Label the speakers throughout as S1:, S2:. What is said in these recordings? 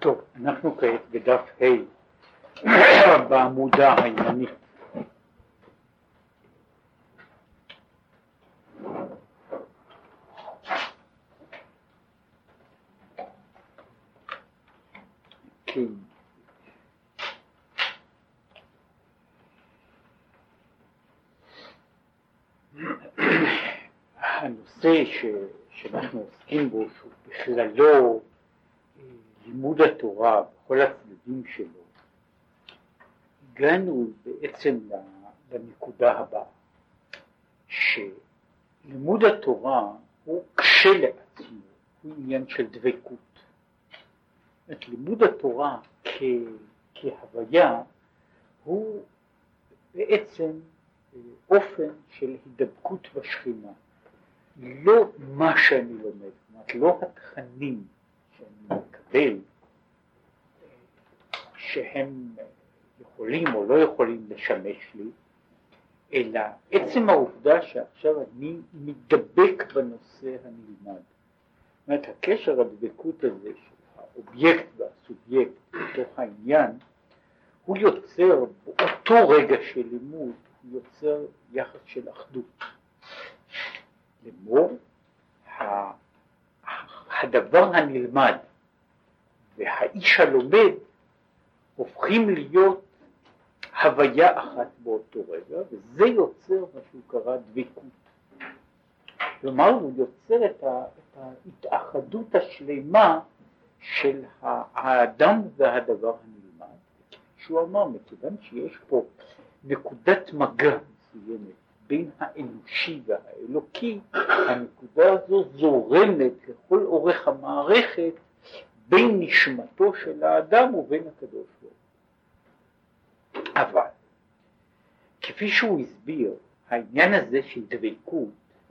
S1: טוב, אנחנו כעת בדף ה' בעמודה הימנית. כן. הנושא שאנחנו עוסקים בו, שהוא בכללו לימוד התורה בכל הצדדים שלו, הגענו בעצם לנקודה הבאה, שלימוד התורה הוא כשלעצמו, הוא עניין של דבקות. את לימוד התורה כהוויה הוא בעצם אופן של הידבקות בשכינה, לא מה שאני לומד, זאת אומרת לא התכנים שאני מקבל שהם יכולים או לא יכולים לשמש לי, אלא עצם העובדה שעכשיו אני מדבק בנושא הנלמד. זאת אומרת, הקשר הדבקות הזה של האובייקט והסובייקט בתוך העניין, הוא יוצר באותו רגע של לימוד, הוא יוצר יחס של אחדות. לאמור, הדבר הנלמד והאיש הלומד הופכים להיות הוויה אחת באותו רגע, וזה יוצר מה שהוא קרא דבקות. כלומר, הוא יוצר את ההתאחדות השלמה של האדם והדבר הנלמד. שהוא אמר, מכיוון שיש פה נקודת מגע מסוימת בין האנושי והאלוקי, הנקודה הזו זורמת לכל אורך המערכת בין נשמתו של האדם ובין הקדוש ברוך הוא. אבל כפי שהוא הסביר, העניין הזה של דבקות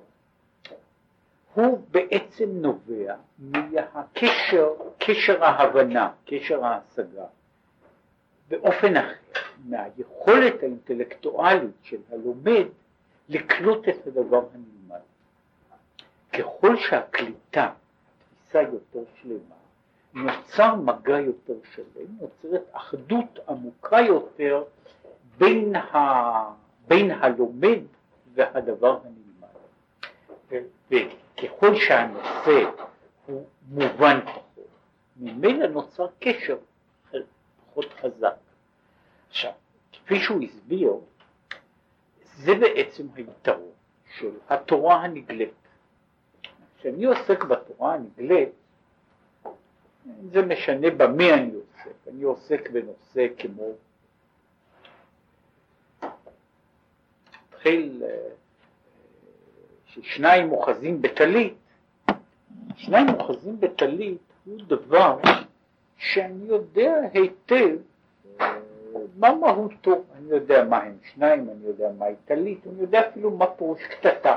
S1: הוא בעצם נובע מהקשר, קשר ההבנה, קשר ההשגה, באופן אחר, מהיכולת האינטלקטואלית של הלומד לקלוט את הדבר הנלמד. ככל שהקליטה, התפיסה יותר שלמה, נוצר מגע יותר שלם, נוצרת אחדות עמוקה יותר בין הלומד והדבר הנלמד. וככל שהנושא הוא מובן פחות, ממילא נוצר קשר פחות חזק. עכשיו, כפי שהוא הסביר, זה בעצם היתרון של התורה הנגלית. כשאני עוסק בתורה הנגלית, זה משנה במה אני עוסק. אני עוסק בנושא כמו התחיל ששניים אוחזים בטלית. שניים אוחזים בטלית הוא דבר שאני יודע היטב מה מהותו. אני יודע מה הם שניים, אני יודע מה היא טלית, אני יודע אפילו מה פירוש קטטה.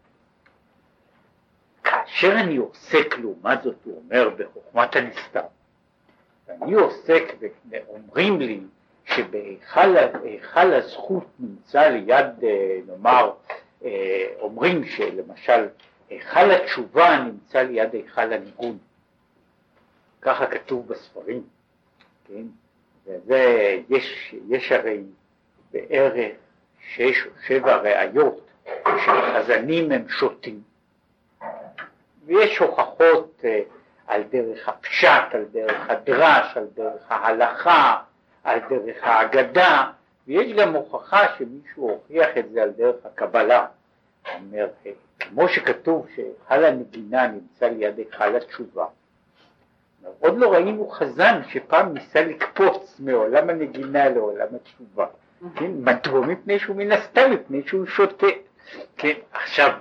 S1: כאשר אני עוסק, לעומת זאת הוא אומר, בחוכמת הנסתר, ואני עוסק ואומרים לי שבהיכל הזכות נמצא ליד, נאמר, אומרים שלמשל היכל התשובה נמצא ליד היכל הניגון, ככה כתוב בספרים, כן? וזה יש הרי בערך 6 או 7 ראיות שהחזנים הם שוטים, ויש הוכחות על דרך הפשט, על דרך הדרש, על דרך ההלכה, על דרך האגדה, ויש גם הוכחה שמישהו הוכיח את זה על דרך הקבלה. אומר, כמו שכתוב שהיכל הנגינה נמצא ליד היכל התשובה, עוד לא ראינו חזן שפעם ניסה לקפוץ מעולם הנגינה לעולם התשובה. מדוע? מפני שהוא מן הסתם, מפני שהוא שותה. כן, עכשיו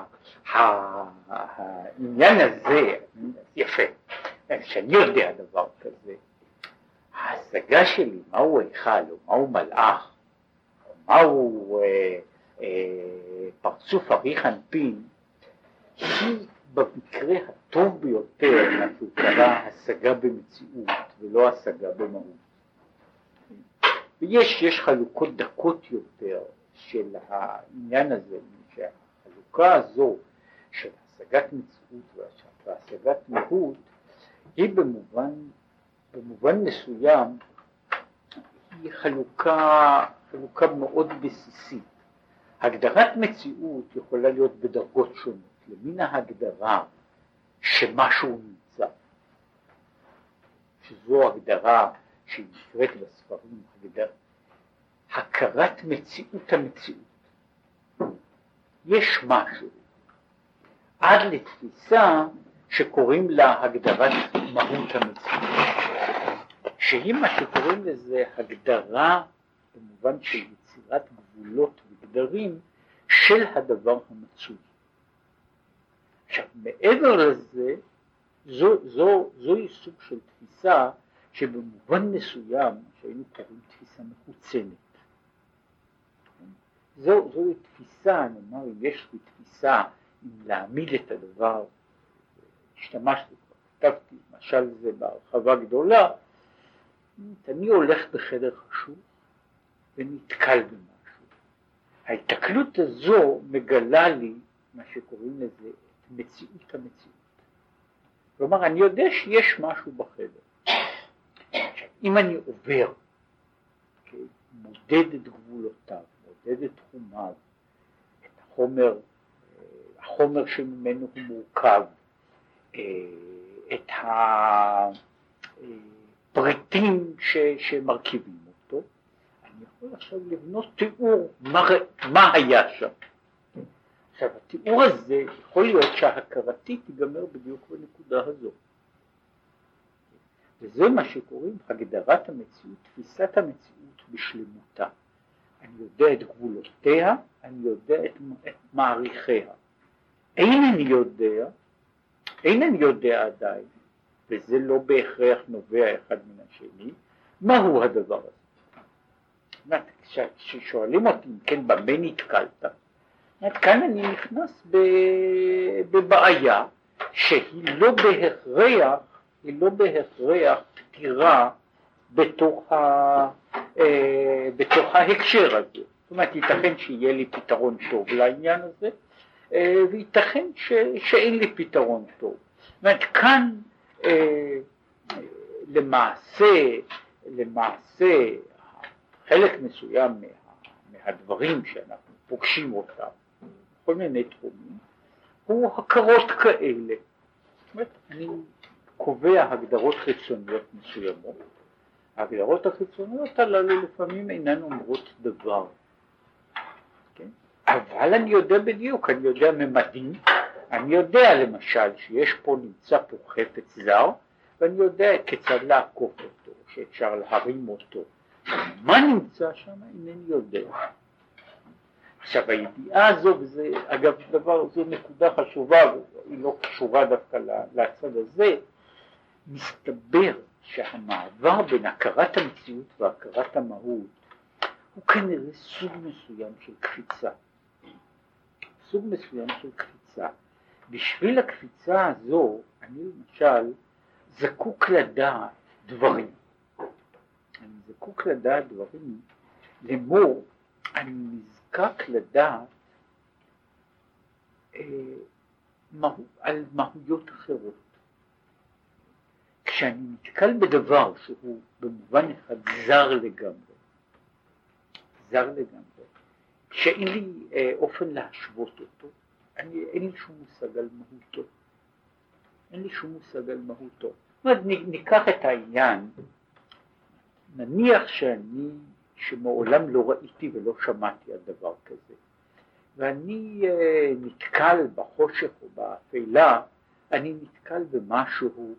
S1: העניין הזה יפה, שאני יודע דבר כזה, ההשגה שלי מהו היכל או מהו מלאך או מהו פרצוף אריך אנפין, היא במקרה הטוב ביותר מה שהוא קרא השגה במציאות ולא השגה במהות. ויש חלוקות דקות יותר של העניין הזה, שהחלוקה הזו של השגת מציאות והשגת מהות היא במובן במובן מסוים היא חלוקה מאוד בסיסית. הגדרת מציאות יכולה להיות בדרגות שונות, למין ההגדרה שמשהו נמצא, שזו הגדרה שהיא נקראת בספרים הכרת מציאות המציאות. יש משהו עד לתפיסה שקוראים לה הגדרת מהות המציאות, שהיא מה שקוראים לזה הגדרה במובן של יצירת גבולות וגדרים של הדבר המצוי. עכשיו מעבר לזה זוהי סוג של תפיסה שבמובן מסוים שהיינו קוראים תפיסה מחוצנת. זוהי תפיסה, נאמר, אם יש לי תפיסה אם להעמיד את הדבר, השתמשתי, כתבתי משל זה בהרחבה גדולה, אני הולך בחדר חשוך ונתקל במשהו. ההתקלות הזו מגלה לי מה שקוראים לזה את מציאות המציאות. כלומר, אני יודע שיש משהו בחדר. אם אני עובר, מודד את גבולותיו, מודד את תחומיו, את החומר שממנו הוא מורכב, את הפריטים שמרכיבים אותו, אני יכול עכשיו לבנות תיאור מה היה שם. עכשיו התיאור הזה יכול להיות שההכרתי תיגמר בדיוק בנקודה הזו. וזה מה שקוראים הגדרת המציאות, תפיסת המציאות בשלמותה. אני יודע את גבולותיה, אני יודע את מעריכיה. אינני יודע עדיין, וזה לא בהכרח נובע אחד מן השני, מהו הדבר הזה. כששואלים אותי, כן, במה נתקלת? כאן אני נכנס בבעיה שהיא לא בהכרח פתירה בתוך ההקשר הזה. זאת אומרת, ייתכן שיהיה לי פתרון טוב לעניין הזה, וייתכן שאין לי פתרון טוב. זאת אומרת, כאן למעשה חלק מסוים מהדברים שאנחנו פוגשים אותם, בכל מיני תחומים, הוא הכרות כאלה. זאת אומרת, אני קובע הגדרות חיצוניות מסוימות. ההגדרות החיצוניות הללו לפעמים אינן אומרות דבר. כן? אבל אני יודע בדיוק, אני יודע ממדים, אני יודע למשל שיש פה, נמצא פה חפץ זר, ואני יודע כיצד לעקוף אותו, שאפשר להרים אותו. מה נמצא שם אינני יודע. עכשיו הידיעה הזו, וזה אגב זו נקודה חשובה, היא לא קשורה דווקא לצד הזה, מסתבר שהמעבר בין הכרת המציאות והכרת המהות הוא כנראה סוג מסוים של קפיצה. סוג מסוים של קפיצה. בשביל הקפיצה הזו, אני למשל זקוק לדעת דברים. לאמור, אני נזקק לדעת על מהויות אחרות. כשאני נתקל בדבר שהוא במובן אחד זר לגמרי, שאין לי אופן להשוות אותו, אין לי שום מושג על מהותו. זאת אומרת, ניקח את העניין, נניח שמעולם לא ראיתי ולא שמעתי על דבר כזה, ואני נתקל בחושך או באפלה, אני נתקל במשהו,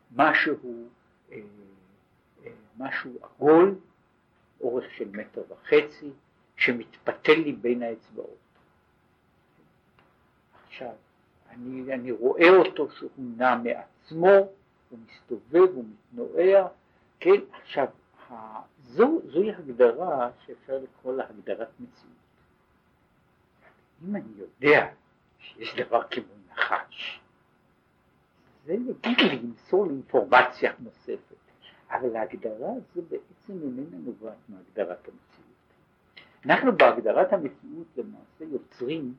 S1: משהו עגול, אורך של 1.5 מטר, שמתפתל לי בין האצבעות. עכשיו, אני רואה אותו שהוא נע מעצמו, הוא מסתובב, הוא מתנועע, כן, עכשיו, זוהי הגדרה שאפשר לקרוא לה הגדרת מציאות. אם אני יודע שיש דבר כמו נחש, זה יגיד לי למסור לאינפורמציה נוספת, אבל ההגדרה הזו בעצם איננה נובעת מהגדרת המציאות. אנחנו בהגדרת המציאות למעשה יוצרים,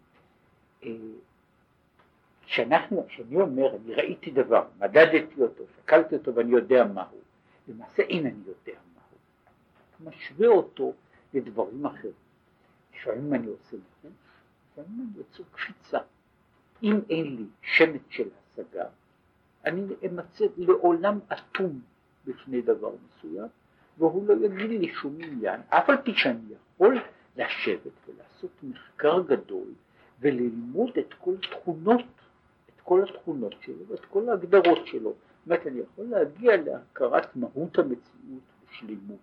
S1: שאני אומר, אני ראיתי דבר, מדדתי אותו, שקלתי אותו ואני יודע מהו. למעשה אין אני יודע מהו. משווה אותו לדברים אחרים. לפעמים אני עושה ניחוש, לפעמים אני יוצא קפיצה. אם אין לי שמץ של השגה, אני אמצא לעולם אטום בפני דבר מסוים, והוא לא יגיד לי שום עניין, אף על פי שאני יכול לשבת ולעשות מחקר גדול, וללמוד את כל תכונות, את כל התכונות שלו, ואת כל ההגדרות שלו. זאת אומרת, אני יכול להגיע להכרת מהות המציאות ושלימות.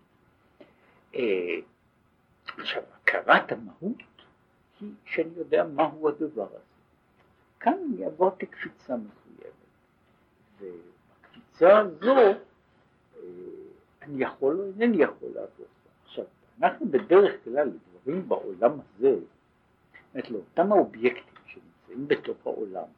S1: עכשיו, הכרת המהות היא שאני יודע מהו הדבר הזה. כאן אני עברתי קפיצה מסוימת, ובקפיצה הזו אני יכול או אינני יכול לעבור. עכשיו, אנחנו בדרך כלל לדברים בעולם הזה, לאותם האובייקטים שנמצאים בתוך העולם,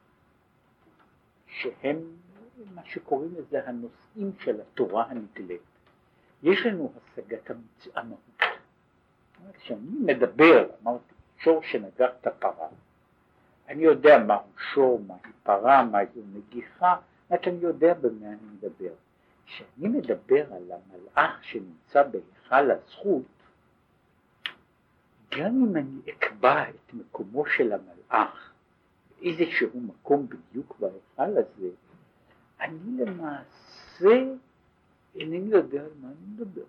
S1: שהם מה שקוראים לזה הנושאים של התורה הנגלית, יש לנו השגת המהות. כשאני מדבר, אמרתי, שור שנגח את הפרה, אני יודע מהו שור, מהי פרה, מהי נגיחה, אני יודע במה אני מדבר. כשאני מדבר על המלאך שנמצא בהיכל הזכות, גם אם אני אקבע את מקומו של המלאך, באיזשהו מקום בדיוק בהיכל הזה, אני למעשה אינני יודע על מה אני מדבר.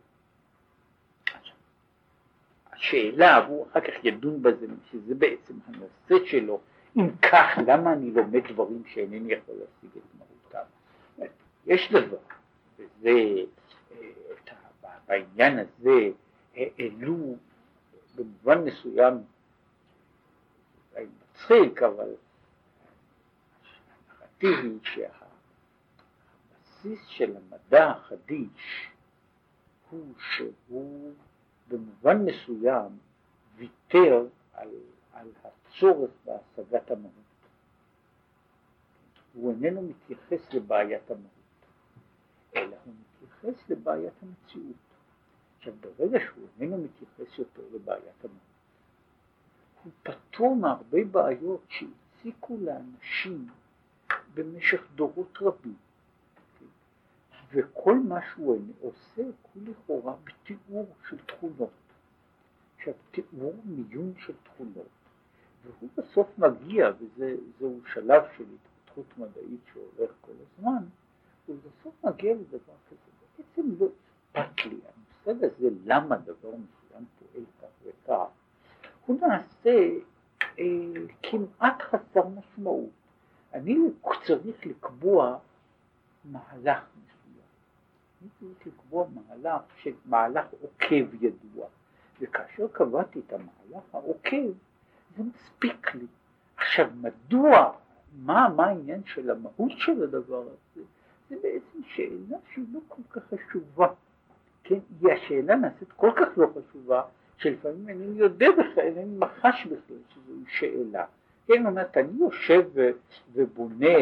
S1: השאלה, והוא אחר כך ידון בזה, שזה בעצם הנושא שלו, אם כך, למה אני לומד דברים שאינני יכול להשיג את מהותם? יש דבר, וזה, בעניין הזה, העלו במובן מסוים, מצחיק, אבל הנרטיב היא שהבסיס של המדע החדיש הוא שהוא במובן מסוים ויתר על הצורך בהשגת המהות. הוא איננו מתייחס לבעיית המהות, אלא הוא מתייחס לבעיית המציאות. עכשיו, ברגע שהוא איננו מתייחס יותר לבעיית המהות, הוא פתור מהרבה בעיות שהציקו לאנשים במשך דורות רבים. וכל מה שהוא עושה הוא לכאורה בתיאור של תכונות. עכשיו, תיאור מיון של תכונות, והוא בסוף מגיע, וזהו שלב של התפתחות מדעית שהולך כל הזמן, הוא בסוף מגיע לדבר כזה. בעצם לא אכפת לי המושג הזה, למה דבר מסוים פועל כך וכך, הוא נעשה כמעט חסר משמעות. אני צריך לקבוע מהלך מסוים. אני צריך לקבוע מהלך עוקב ידוע. וכאשר קבעתי את המהלך העוקב, זה מספיק לי. עכשיו, מדוע, מה העניין של המהות של הדבר הזה? זה בעצם שאלה שהיא לא כל כך חשובה. כן? היא השאלה נעשית כל כך לא חשובה, שלפעמים אני יודע בכלל, אני מחש בכלל שזו שאלה. כן, אומרת, אני יושב ובונה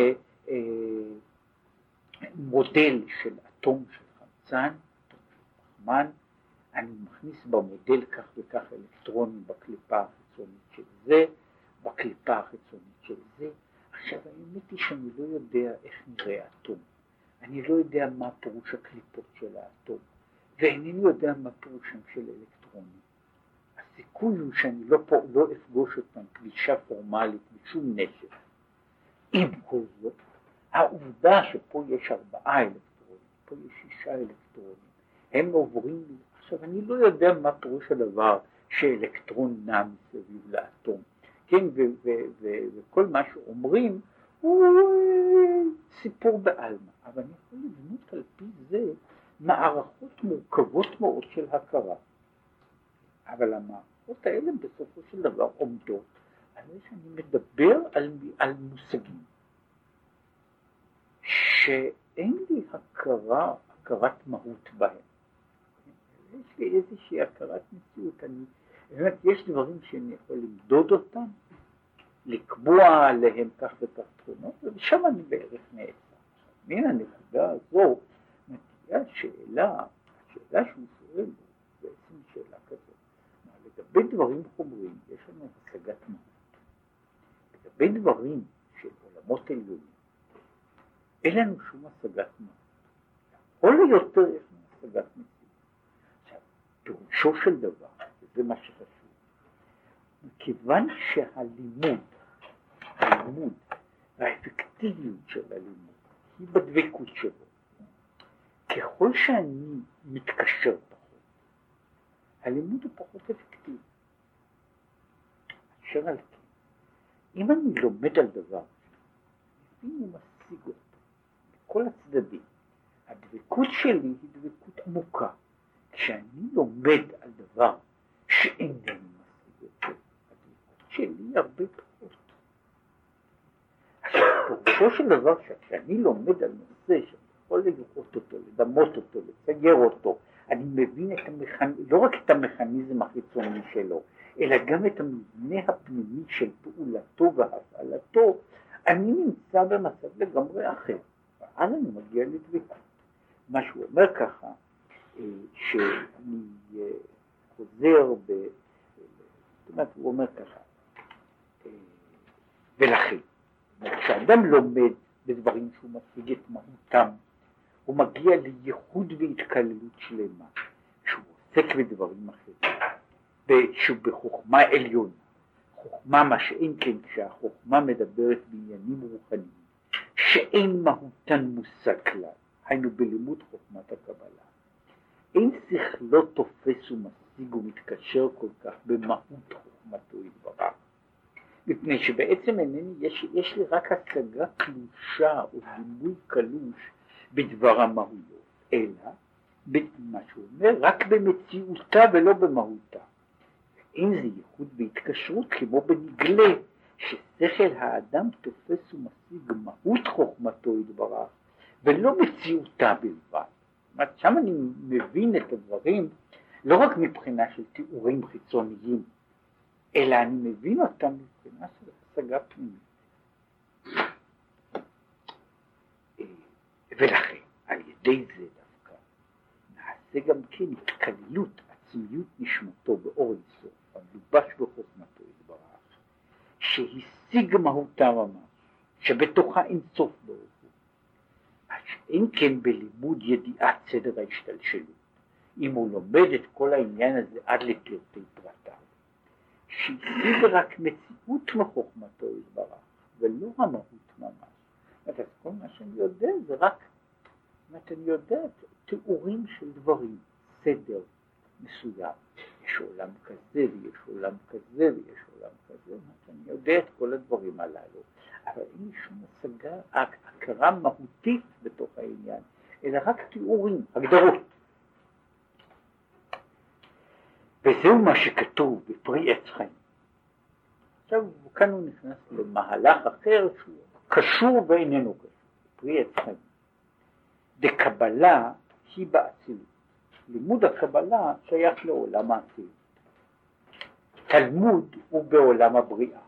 S1: מודל של אטום של חמצן, אטום של פחמן, אני מכניס במודל כך וכך אלקטרונים בקליפה החיצונית של זה, בקליפה החיצונית של זה. עכשיו, האמת היא שאני לא יודע איך נראה אטום. אני לא יודע מה פירוש הקליפות של האטום, ואינני יודע מה פירושם של אלקטרונים. הסיכוי הוא שאני לא אפגוש אותם פגישה פורמלית בשום נשק. עם כל זאת, העובדה שפה יש 4 אלקטרונים, פה יש 6 אלקטרונים, הם עוברים לי. עכשיו, אני לא יודע מה פירוש הדבר שאלקטרון נע מסביב לאטום. כן, וכל מה שאומרים הוא סיפור בעלמא. אבל אני יכול לבנות על פי זה מערכות מורכבות מאוד של הכרה. אבל המערכות האלה בסופו של דבר עומדות על זה שאני מדבר על מושגים שאין לי הכרת מהות בהם. יש לי איזושהי הכרת מציאות. באמת, יש דברים שאני יכול למדוד אותם, לקבוע עליהם כך וכך תכונות, ושם אני בערך נעצר. מן הנקודה הזו, מגיעה השאלה שהוא שואל, בעצם שאלה כזאת. לגבי דברים חומריים, יש לנו השגת מהות. לגבי דברים של עולמות עליונים, אין לנו שום השגת מהות. לכל היותר יש השגת מציאות. עכשיו, פירושו של דבר, וזה מה שחשוב, מכיוון שהלימוד והאפקטיביות של הלימוד היא בדבקות שלו, ככל שאני מתקשר פחות, הלימוד הוא פחות אפקטיבי. אשר על כן, אם אני לומד על דבר, אני משיג אותו בכל הצדדים. הדבקות שלי היא דבקות עמוקה. כשאני לומד על דבר שאינני משיג אותו, הדבקות שלי היא הרבה פחות. עכשיו, פירושו של דבר שכשאני לומד על נושא שאני יכול לראות אותו, לדמות אותו, לצייר אותו, אני מבין לא רק את המכניזם החיצוני שלו, אלא גם את המבנה הפנימי של פעולתו והפעלתו, אני נמצא במצב לגמרי אחר. ואז אני מגיע לדבקות. מה שהוא אומר ככה, שאני חוזר זאת אומרת, הוא אומר ככה, ולכן, כשאדם לומד בדברים שהוא משיג את מהותם, הוא מגיע לייחוד והתקללות שלמה, כשהוא עוסק בדברים אחרים, שהוא בחוכמה עליונה, חוכמה מה שאין כן כשהחוכמה מדברת בעניינים רוחניים, שאין מהותן מושג כלל, היינו בלימוד חוכמת הקבלה. אין שכלו תופס ומשיג ומתקשר כל כך במהות חוכמתו יתברך, מפני שבעצם אינני, יש לי רק השגה קלושה או דימוי קלוש בדבר המהויות, אלא מה שהוא אומר, רק במציאותה ולא במהותה. אין זה ייחוד בהתקשרות כמו בנגלה, ששכל האדם תופס ומשיג מהות חוכמתו יתברך, ולא מציאותה בלבד. זאת אומרת, שם אני מבין את הדברים לא רק מבחינה של תיאורים חיצוניים, אלא אני מבין אותם מבחינה של השגה פנימית. ולכן, על ידי זה דווקא, נעשה גם כן התקללות, עצמיות נשמתו באור אינסוף, המלובש בחוכמתו יתברך, שהשיג מהותה ממש, שבתוכה אינסוף ברוך הוא. אין כן בלימוד ידיעת סדר ההשתלשלות, אם הוא לומד את כל העניין הזה עד לפרטי פרטיו, שהשיג רק מציאות מחוכמתו יתברך, ולא המהות ממש. אז כל מה שאני יודע זה רק, אני יודע תיאורים של דברים, סדר מסוים. יש עולם כזה ויש עולם כזה ויש עולם כזה, אני יודע את כל הדברים הללו, אבל אין שום השגה, הכרה מהותית בתוך העניין, אלא רק תיאורים, הגדרות. וזהו מה שכתוב בפרי עץ חיים. עכשיו כאן הוא נכנס למהלך אחר שהוא קשור ואיננו קשור. פרי עץ חיים. דקבלה היא באצילות. לימוד הקבלה שייך לעולם האצילות. תלמוד הוא בעולם הבריאה.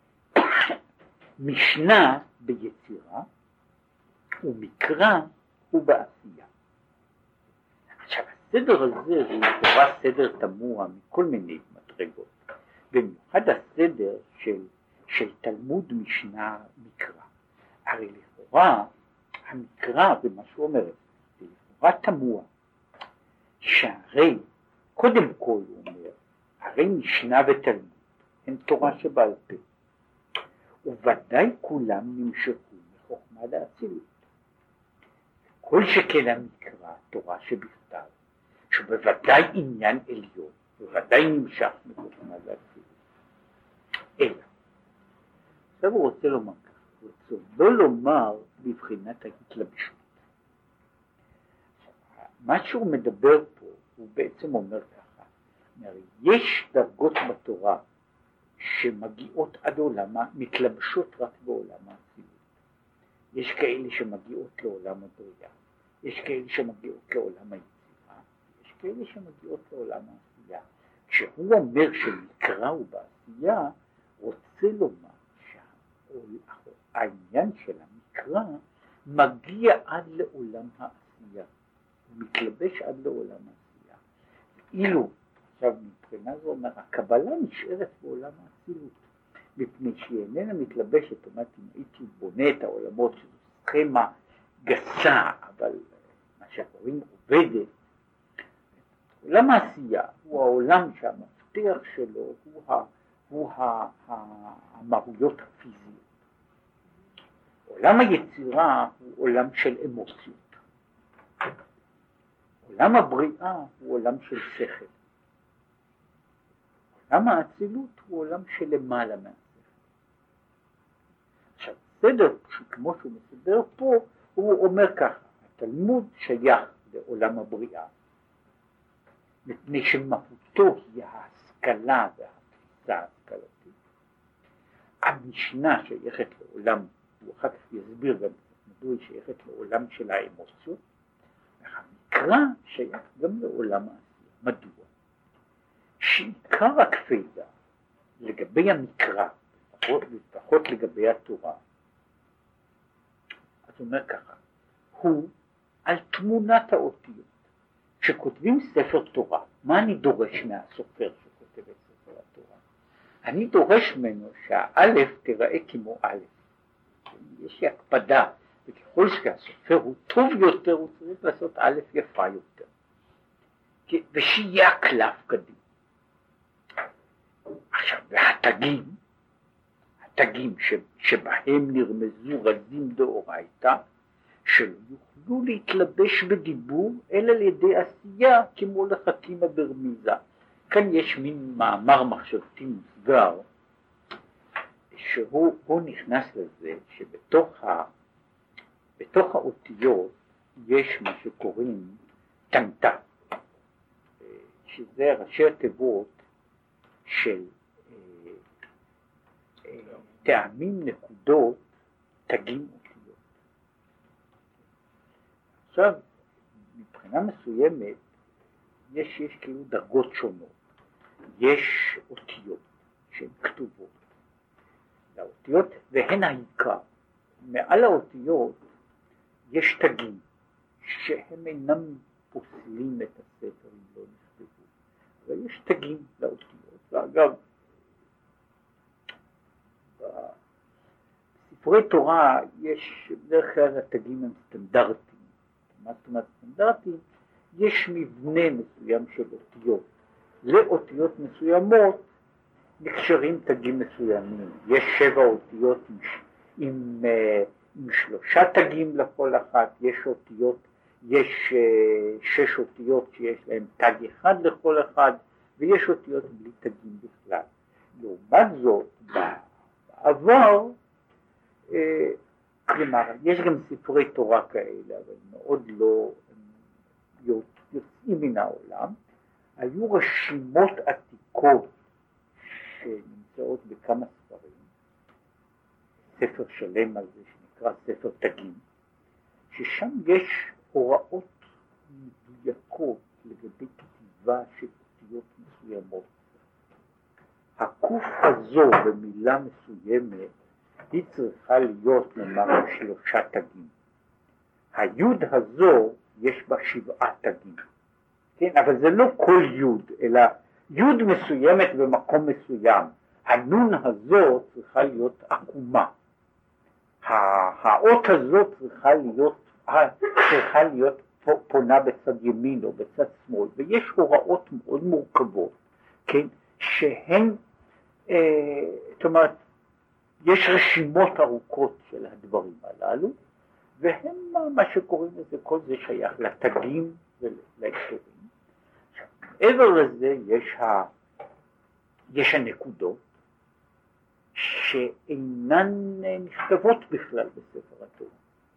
S1: משנה ביצירה ומקרא הוא בעשייה. עכשיו הסדר הזה הוא לכאורה סדר תמוה מכל מיני מדרגות. במיוחד הסדר של תלמוד משנה מקרא. הרי לכאורה המקרא ומה שהוא אומר זה לכאורה תמוה. שהרי קודם כל הוא אומר הרי משנה ותלמוד הם תורה שבעל פה, וודאי כולם נמשכו מחוכמה לאצילות. כל שכן המקרא תורה שבכתב, שבוודאי עניין עליון, בוודאי נמשך מחוכמה לאצילות. אלא עכשיו הוא רוצה לומר כך, הוא רוצה לא לומר בבחינת ההתלבשות. מה שהוא מדבר פה הוא בעצם אומר ככה, יש דרגות בתורה שמגיעות עד עולמה, מתלבשות רק בעולם האצילות. יש כאלה שמגיעות לעולם הבריאה, יש כאלה שמגיעות לעולם היצירה, יש כאלה שמגיעות לעולם העשייה. כשהוא אומר שמקרא הוא בעשייה, רוצה לומר שהעניין של המקרא מגיע עד לעולם העשייה, הוא מתלבש עד לעולם העשייה. אילו עכשיו מבחינה זו אומר, הקבלה נשארת בעולם האצילות, מפני שהיא איננה מתלבשת. זאת אומרת, אם הייתי בונה את העולמות שזו סכמה גסה, אבל מה שקוראים עובדת, עולם העשייה הוא העולם שהמפתח שלו הוא המהויות הפיזיות. עולם היצירה הוא עולם של אמוציות. עולם הבריאה הוא עולם של שכל. עולם האצילות הוא עולם של למעלה מהשכל. עכשיו, סדר כמו שהוא מסדר פה, הוא אומר ככה, התלמוד שייך לעולם הבריאה, מפני שמהותו היא ההשכלה והתפיסה ההשכלתית. המשנה שייכת לעולם, הוא אחר כך יסביר גם מדוע היא שייכת לעולם של האמוציות, המקרא שייך גם לעולם העשייה. מדוע? שעיקר הקפידה לגבי המקרא, לפחות לגבי התורה, אז הוא אומר ככה, הוא על תמונת האותיות. כשכותבים ספר תורה, מה אני דורש מהסופר שכותב את ספר התורה? אני דורש ממנו שהאלף תראה כמו א'. יש לי הקפדה, וככל שהסופר הוא טוב יותר, הוא צריך לעשות א' יפה יותר. ושיהיה הקלף קדימה. עכשיו, התגים שבהם נרמזו רזים דאורייתא, שלא יוכלו להתלבש בדיבור, אלא על ידי עשייה כמו לחכימא ברמיזה. כאן יש מין מאמר מחשבתי מוסגר, שהוא נכנס לזה שבתוך האותיות יש מה שקוראים טנטה, שזה ראשי התיבות של טעמים, נקודות, תגים אותיות. עכשיו, מבחינה מסוימת, יש כאילו דרגות שונות. יש אותיות שהן כתובות. לאותיות, והן העיקר. מעל האותיות יש תגים שהם אינם פוסלים את הספר אם לא נכתבו. אבל יש תגים לאותיות. ואגב, בספרי תורה יש בדרך כלל התגים הם סטנדרטיים. מה זאת אומרת סטנדרטיים? יש מבנה מסוים של אותיות. לאותיות מסוימות נקשרים תגים מסוימים. יש 7 אותיות עם 3 תגים לכל אחת. יש 6 אותיות שיש להם תג אחד לכל אחד, ויש אותיות בלי תגים בכלל. לעומת זאת, בעבר, כלומר, יש גם ספרי תורה כאלה, אבל מאוד לא יוצאים מן העולם. היו רשימות עתיקות שנמצאות בכמה ספרים, ספר שלם על זה שנקרא ספר תגים, ששם יש הוראות מדויקות לגבי כתיבה של אותיות מסוימות. הקוף הזו במילה מסוימת היא צריכה להיות נאמר 3 תגים. היוד הזו יש בה 7 תגים. כן, אבל זה לא כל יוד, אלא יוד מסוימת במקום מסוים. הנון הזו צריכה להיות עקומה. האות הזו צריכה להיות פונה בצד ימין או בצד שמאל, ויש הוראות מאוד מורכבות, כן, שהן, זאת אומרת, יש רשימות ארוכות של הדברים הללו, והם מה שקוראים לזה, כל זה שייך לתגים ולאיסורים. מעבר לזה יש הנקודות שאינן נכתבות בכלל בספר התורה.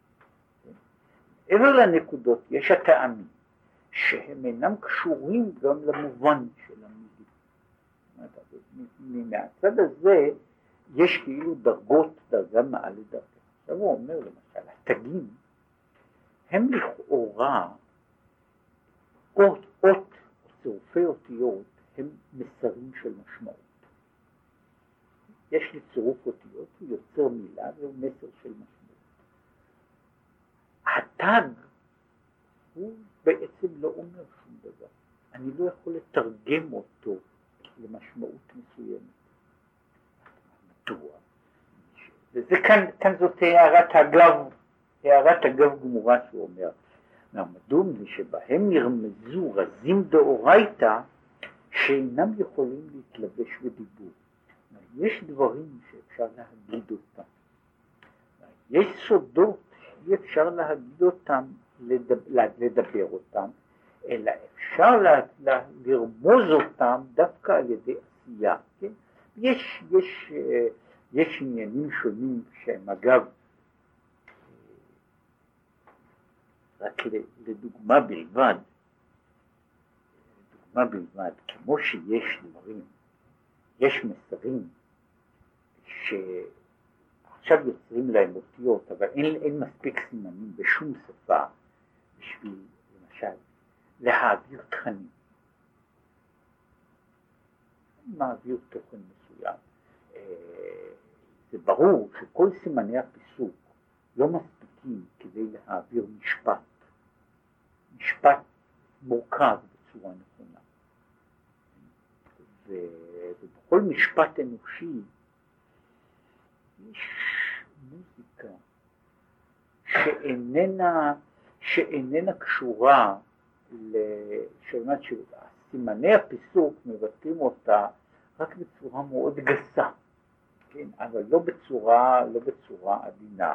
S1: מעבר לנקודות יש הטעמים שהם אינם קשורים גם למובן של המילים. מהצד הזה יש כאילו דרגה מעל לדרגה. עכשיו הוא אומר למשל, התגים הם לכאורה אות צירופי אותיות הם מסרים של משמעות. יש לי צירוף אותיות, הוא יוצר מילה והוא מסר של משמעות. התג הוא בעצם לא אומר שום דבר. אני לא יכול לתרגם אותו למשמעות מסוימת. מדוע? וזה כאן זאת הערת אגב גמורה שהוא אומר. מדוע? שבהם נרמזו רזים דאורייתא שאינם יכולים להתלבש בדיבור. יש דברים שאפשר להגיד אותם, יש סודות שאי אפשר להגיד אותם, לדבר אותם, אלא אפשר לרמוז אותם דווקא על ידי עשייה. כן? יש עניינים שונים שהם אגב, רק לדוגמה בלבד, כמו שיש דברים, יש מסרים שעכשיו יוצרים להם אותיות, אבל אין מספיק סימנים בשום שפה בשביל, למשל, להעביר תכנים. מעביר תוכן מסוים. זה ברור שכל סימני הפיסוק לא מספיקים כדי להעביר משפט מורכב בצורה נכונה. ובכל משפט אנושי יש מוזיקה שאיננה קשורה סימני הפיסוק מבטאים אותה רק בצורה מאוד גסה, כן? אבל לא בצורה עדינה.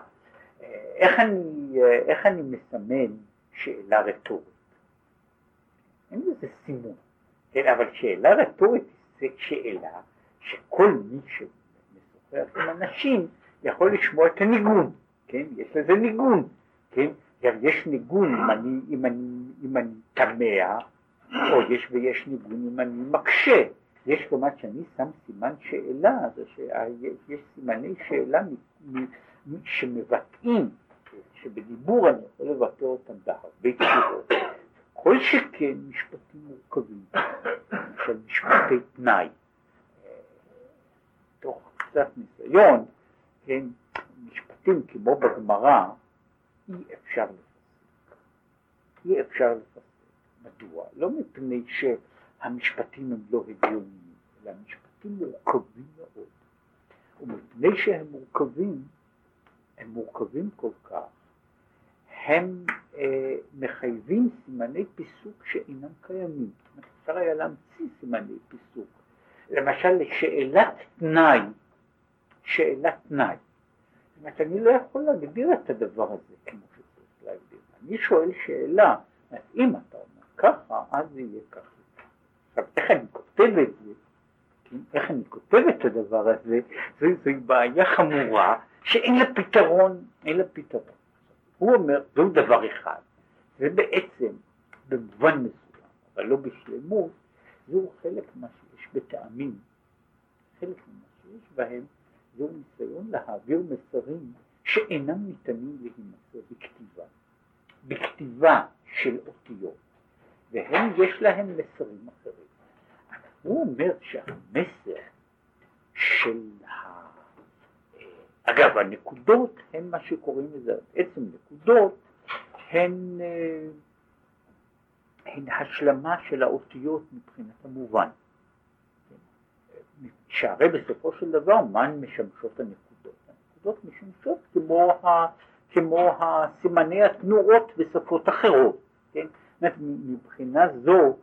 S1: איך אני מסמן שאלה רטורית? אין לזה סימון, כן? אבל שאלה רטורית זה שאלה שכל מי שמשוחח עם אנשים יכול לשמוע את הניגון, כן? יש לזה ניגון, כן? יש ניגון אם אני תמה, או יש ניגון אם אני מקשה. יש כלומר שאני שם סימן שאלה, זה שיש סימני שאלה שמבטאים, שבדיבור אני יכול לבטא אותם בהרבה צורות. כל שכן משפטים מורכבים של משפטי תנאי. תוך קצת ניסיון, כן, משפטים כמו בגמרא, אי אפשר לפסק. מדוע? לא מפני שהמשפטים הם לא הגיוניים, אלא המשפטים מורכבים מאוד. ומפני שהם מורכבים כל כך, הם מחייבים סימני פיסוק שאינם קיימים. אפשר היה להמציא סימני פיסוק. למשל לשאלת תנאי, זאת אומרת, אני לא יכול להגדיר את הדבר הזה כמו שצריך להגדיר. אני שואל שאלה, אם אתה אומר ככה, אז זה יהיה ככה. עכשיו, איך אני כותב את זה? איך אני כותב את הדבר הזה? זוהי בעיה חמורה שאין לה פתרון, הוא אומר, זהו דבר אחד, זה בעצם במובן מסוים, אבל לא בשלמות, זהו חלק מה שיש בטעמים, חלק מה שיש בהם, זהו ניסיון להעביר מסרים שאינם ניתנים להימסר בכתיבה של אותיות, והם יש להם מסרים אחרים. הוא אומר שהמסר של אגב, הנקודות הן מה שקוראים לזה, בעצם נקודות הן השלמה של האותיות מבחינת המובן. שהרי בסופו של דבר, מה משמשות הנקודות? הנקודות משמשות כמו הסימני התנועות בשפות אחרות. כן? מבחינה זו,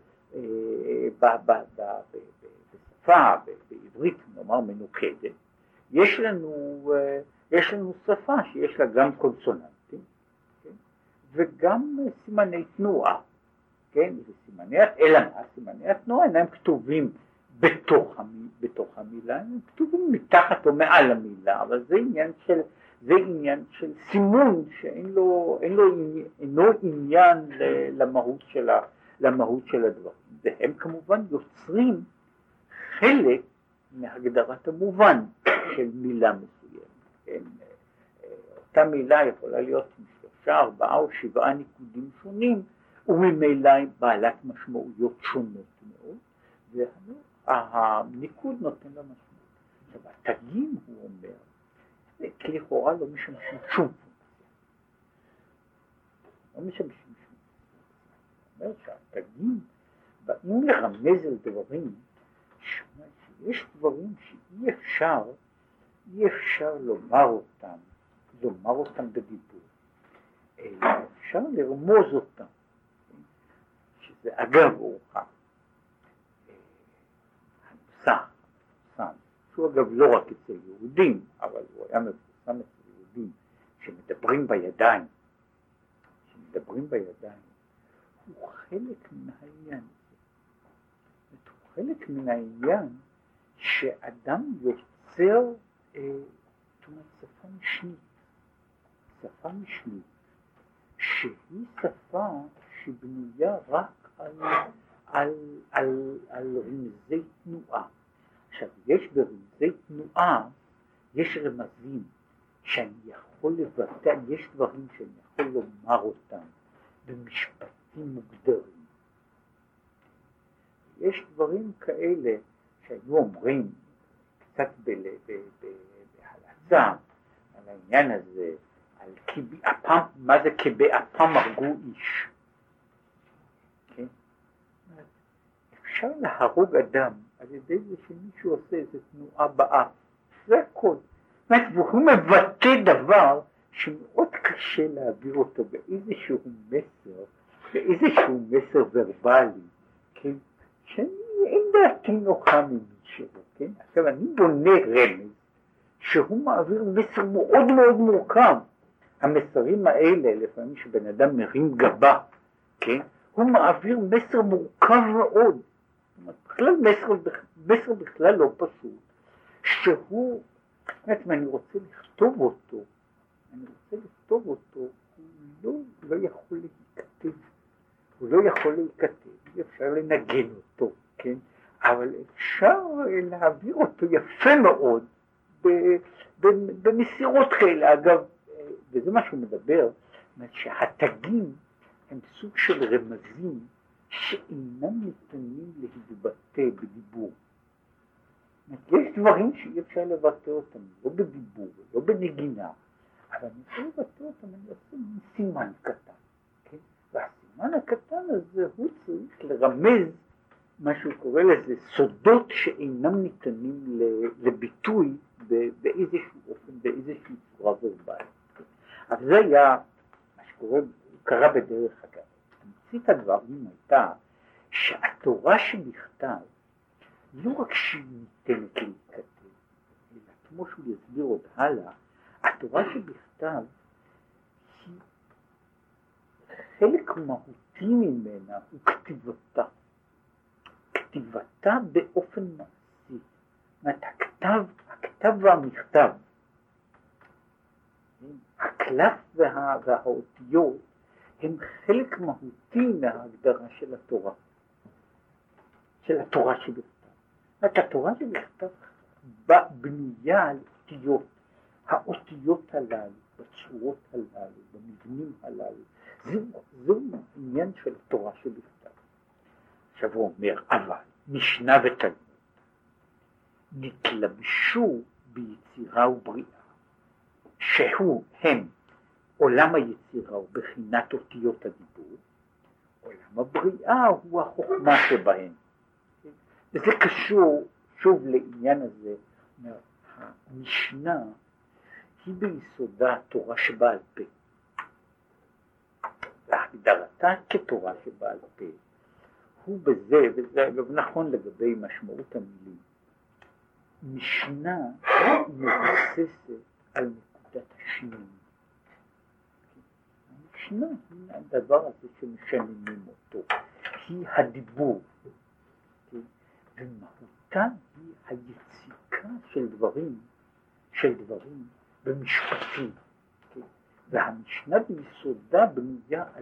S1: בשפה, בעברית, נאמר מנוקדת, יש לנו שפה שיש לה גם קונסוננטים, כן? וגם סימני תנועה, כן? אלא מה? סימני התנועה אינם כתובים בתוך המילה, הם כתובים מתחת או מעל המילה, אבל זה עניין של סימון שאינו עניין למהות של הדברים. והם כמובן יוצרים חלק מהגדרת המובן של מילה מסוימת. כן? אותה מילה יכולה להיות עם 3, 4 או 7 ניקודים שונים, וממילא בעלת משמעויות שונות מאוד, והניקוד נותן לה משמעות. עכשיו, התגים, הוא אומר, לכאורה לא משמשים שום פונקציה. הוא אומר שהתגים באים לרמז על דברים, יש דברים שאי אפשר לומר אותם בדיבור, אפשר לרמוז אותם, שזה אגב אורחה. הנוסח, שהוא אגב לא רק אצל יהודים, אבל הוא היה מפורסם אצל יהודים, שמדברים בידיים, הוא חלק מן העניין. הוא חלק מן העניין שאדם יוצר שפה משנית, שהיא שפה שבנויה רק על רמזי תנועה. עכשיו, יש ברמזי תנועה, יש רמזים שאני יכול לבטא, יש דברים שאני יכול לומר אותם במשפטים מוגדרים. יש דברים כאלה שהיו אומרים קצת בהלצה על העניין הזה, על באפם, מה זה כבאפם הרגו איש. כן? אפשר להרוג אדם על ידי זה שמישהו עושה איזו תנועה באף, זה הכל. והוא מבטא דבר שמאוד קשה להעביר אותו באיזשהו מסר ורבלי, כן? שאין דעתי נוחה ממישהו, כן? עכשיו אני בונה רמז שהוא מעביר מסר מאוד מאוד מורכב. המסרים האלה, לפעמים שבן אדם מרים גבה, כן? הוא מעביר מסר מורכב מאוד. בכלל מסר בכלל לא פשוט, שהוא, אם אני רוצה לכתוב אותו, הוא לא יכול להיכתב, אי אפשר לנגן אותו, כן? אבל אפשר להעביר אותו יפה מאוד במסירות כאלה. אגב, וזה מה שהוא מדבר, שהתגים הם סוג של רמזים שאינם ניתנים להתבטא בדיבור. יש דברים שאי אפשר לבטא אותם, לא בדיבור, לא בנגינה, אבל אני יכול לבטא אותם, אני עושה סימן קטן, כן? והסימן הקטן הזה הוא צריך לרמז מה שהוא קורא לזה סודות שאינם ניתנים לביטוי באיזשהו אופן, באיזושהי צורה ורבלית. אבל זה היה מה שקרה בדרך אגב. תמצית הדברים הייתה שהתורה שבכתב לא רק שהיא ניתנת להתכתב, אלא כמו שהוא יסביר עוד הלאה, התורה שבכתב היא חלק מהותי ממנה הוא כתיבתה באופן מעשי. הכתב והמכתב, הקלף והאותיות הם חלק מהותי מההגדרה של התורה שבכתב. התורה שבכתב בנויה על אותיות, האותיות הללו, בצורות הללו, במבנים הללו, זהו עניין של התורה שבכתב. עכשיו הוא אומר, אבל משנה ותלמוד נתלבשו ביצירה ובריאה, הם עולם היצירה הוא בחינת אותיות הדיבור, עולם הבריאה הוא החוכמה שבהן. וזה קשור שוב לעניין הזה. המשנה היא ביסודה תורה שבעל פה, והגדרתה כתורה שבעל פה הוא בזה, וזה נכון לגבי משמעות המילים, משנה מבוססת על נקודת השינוי. המשנה היא הדבר הזה שמשננים אותו, היא הדיבור, ומהותה היא היציקה של דברים במשפטים. והמשנה ביסודה בנויה על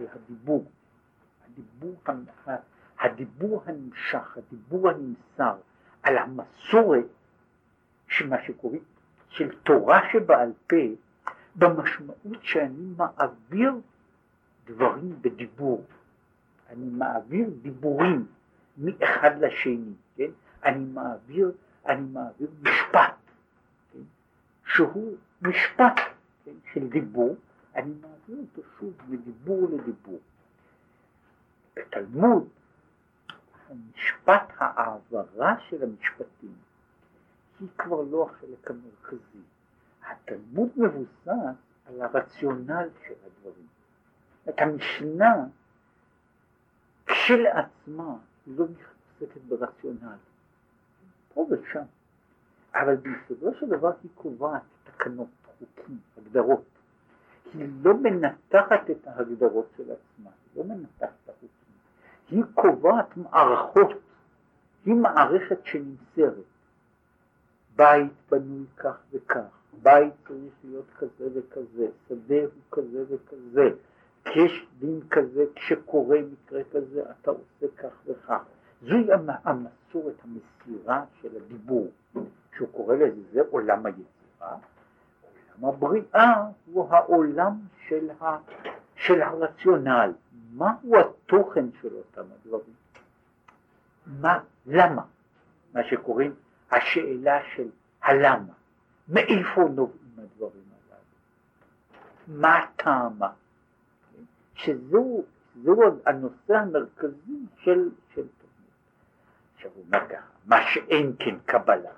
S1: הדיבור הנמשך, הדיבור הנמסר, על המסורת שמה שקוראים של תורה שבעל פה, במשמעות שאני מעביר דברים בדיבור, אני מעביר דיבורים מאחד לשני, כן? אני מעביר משפט, כן? שהוא משפט, כן? של דיבור, אני מעביר אותו שוב מדיבור לדיבור. בתלמוד, המשפט, העברה של המשפטים, היא כבר לא החלק המרכזי. התלמוד מבוסס על הרציונל של הדברים. את המשנה כשלעצמה לא מתעסקת ברציונל, פה ושם, אבל ביסודו של דבר היא קובעת תקנות, חוקים, הגדרות. היא לא מנתחת את ההגדרות של עצמה, היא לא מנתחת את החוקים, היא קובעת מערכות, היא מערכת שנמסרת. בית בנוי כך וכך, בית צריך להיות כזה וכזה, שדה הוא כזה וכזה, יש דין כזה, כשקורה מקרה כזה אתה עושה כך וכך. זוהי המסורת, המסירה של הדיבור, שהוא קורא לזה, זה עולם היצירה. עולם הבריאה הוא העולם של הרציונל. מהו התוכן של אותם הדברים? למה? מה שקוראים השאלה של הלמה. מאיפה נובעים הדברים הללו? מה טעמה? שזהו הנושא המרכזי של תוכנית. עכשיו הוא אומר ככה, מה שאין כן קבלה,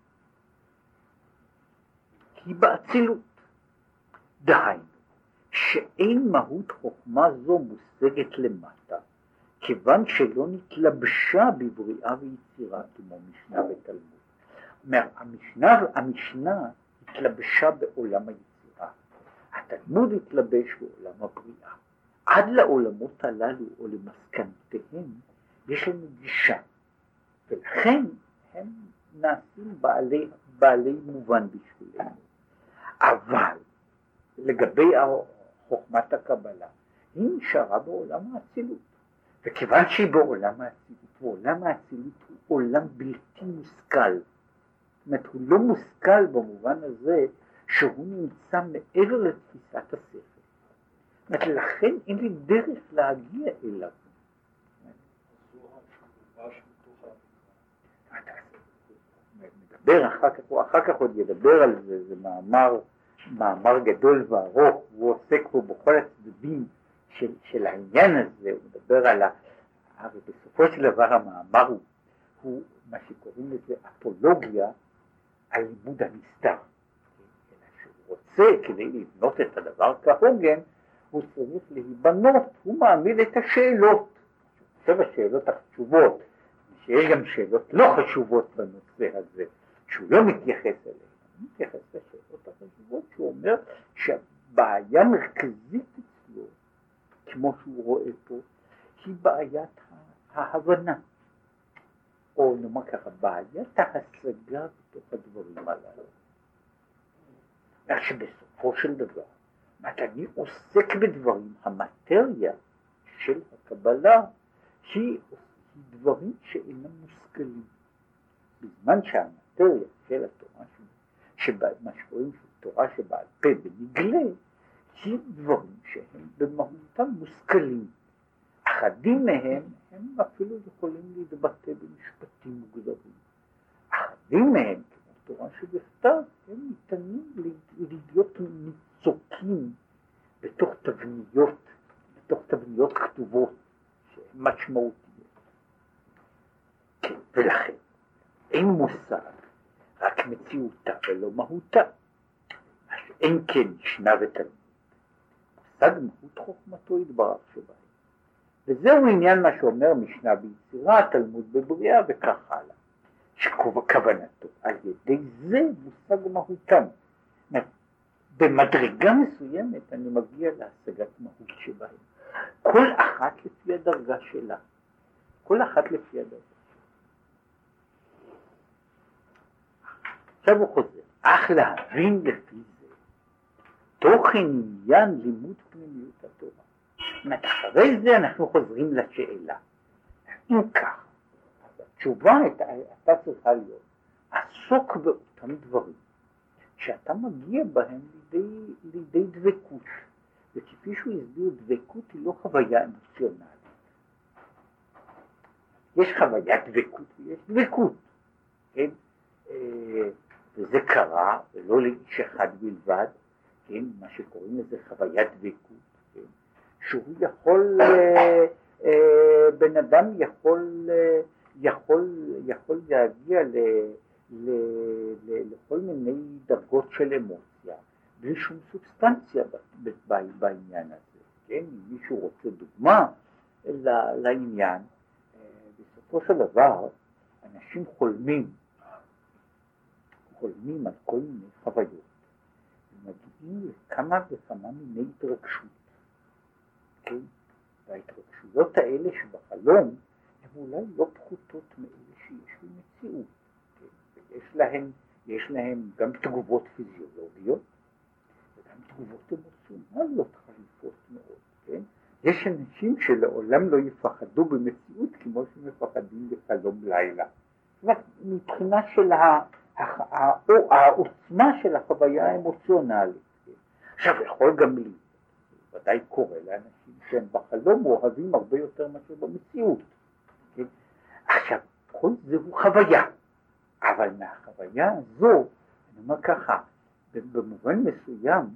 S1: היא באצילות. דהיינו, שאין מהות חוכמה זו מושגת למטה, כיוון שלא נתלבשה בבריאה ויצירה, כמו משנה ותלמוד. אומר, המשנה התלבשה בעולם היצירה, התלמוד התלבש בעולם הבריאה. עד לעולמות הללו או למסקנותיהם יש לנו גישה, ולכן הם נעשים בעלי מובן בשבילנו. אבל לגבי חוכמת הקבלה, היא נשארה בעולם האצילות, וכיוון שהיא בעולם האצילות, ועולם האצילות הוא עולם בלתי מושכל, זאת אומרת הוא לא מושכל במובן הזה שהוא נמצא מעבר לתפיסת השכל. לכן אין לי דרך להגיע אליו. אחר כך עוד ידבר על זה, זה מאמר גדול וארוך, הוא עוסק פה בכל הצדדים של העניין הזה, הוא מדבר על בסופו של דבר המאמר הוא מה שקוראים לזה אפולוגיה על לימוד הנסתר. שהוא רוצה כדי לבנות את הדבר כהוגן, הוא צריך להיבנות, הוא מעמיד את השאלות. עכשיו השאלות החשובות, שיש גם שאלות לא חשובות בנושא הזה, שהוא לא מתייחס אליהן, הוא מתייחס לשאלות החשובות, שהוא אומר שהבעיה מרכזית אצלו, כמו שהוא רואה פה, היא בעיית ההבנה, או נאמר ככה, בעיית ההשגה בתוך הדברים הללו. איך שבסופו של דבר, אני עוסק בדברים, המטריה של הקבלה היא דברים שאינם מושכלים. בזמן שהמטריה של התורה, מה שקוראים של תורה שבעל פה ונגלה, היא דברים שהם במהותם מושכלים. אחדים מהם הם אפילו יכולים להתבטא במשפטים מוגדרים. אחדים מהם, כמו תורה שבכתב, הם ניתנים להיות ניצוקים בתוך תבניות כתובות שהן משמעותיות. כן, ולכן אין מושג, רק מציאותה ולא מהותה. אז אין כן משנה ותלמוד. מושג מהות חוכמתו יתברך שבהם. וזהו עניין מה שאומר משנה ביצירה, תלמוד בבריאה וכך הלאה. שכוונתו על ידי זה מושג מהותם. במדרגה מסוימת אני מגיע להשגת מהות שבהם. כל אחת לפי הדרגה שלה. כל אחת לפי הדרגה. עכשיו הוא חוזר. אך להבין לפי זה, תוכן עניין לימוד פנימיות התורה. זאת אומרת, אחרי זה אנחנו חוזרים לשאלה. אם כך, התשובה הייתה צריכה להיות, עסוק באותם דברים, שאתה מגיע בהם לידי דבקות. וכפי שהוא הסביר, דבקות היא לא חוויה אמוציונלית. יש חוויית דבקות ויש דבקות. כן? וזה קרה, ולא לאיש אחד בלבד, כן? מה שקוראים לזה חוויית דבקות. כן? שהוא יכול, בן אדם יכול להגיע לכל מיני דרגות של אמוציה, בלי שום סובסטנציה בעניין הזה. כן, אם מישהו רוצה דוגמה לעניין, בסופו של דבר אנשים חולמים על כל מיני חוויות, ומגיעים לכמה וכמה מיני התרגשות, כן? וההתרגשויות האלה שבחלום הן אולי לא פחותות מאלה שיש במציאות, כן? ויש להם גם תגובות פיזיולוגיות וגם תגובות אמוציונליות חריפות מאוד, כן? יש אנשים שלעולם לא יפחדו במציאות כמו שמפחדים בחלום לילה. זאת אומרת, מבחינה של העוצמה של החוויה האמוציונלית. עכשיו, יכול גם לי, ודאי קורה לאנשים שהם בחלום אוהבים הרבה יותר מאשר במציאות. כן? עכשיו, כל זה הוא חוויה, אבל מהחוויה הזו, אני אומר ככה, במובן מסוים,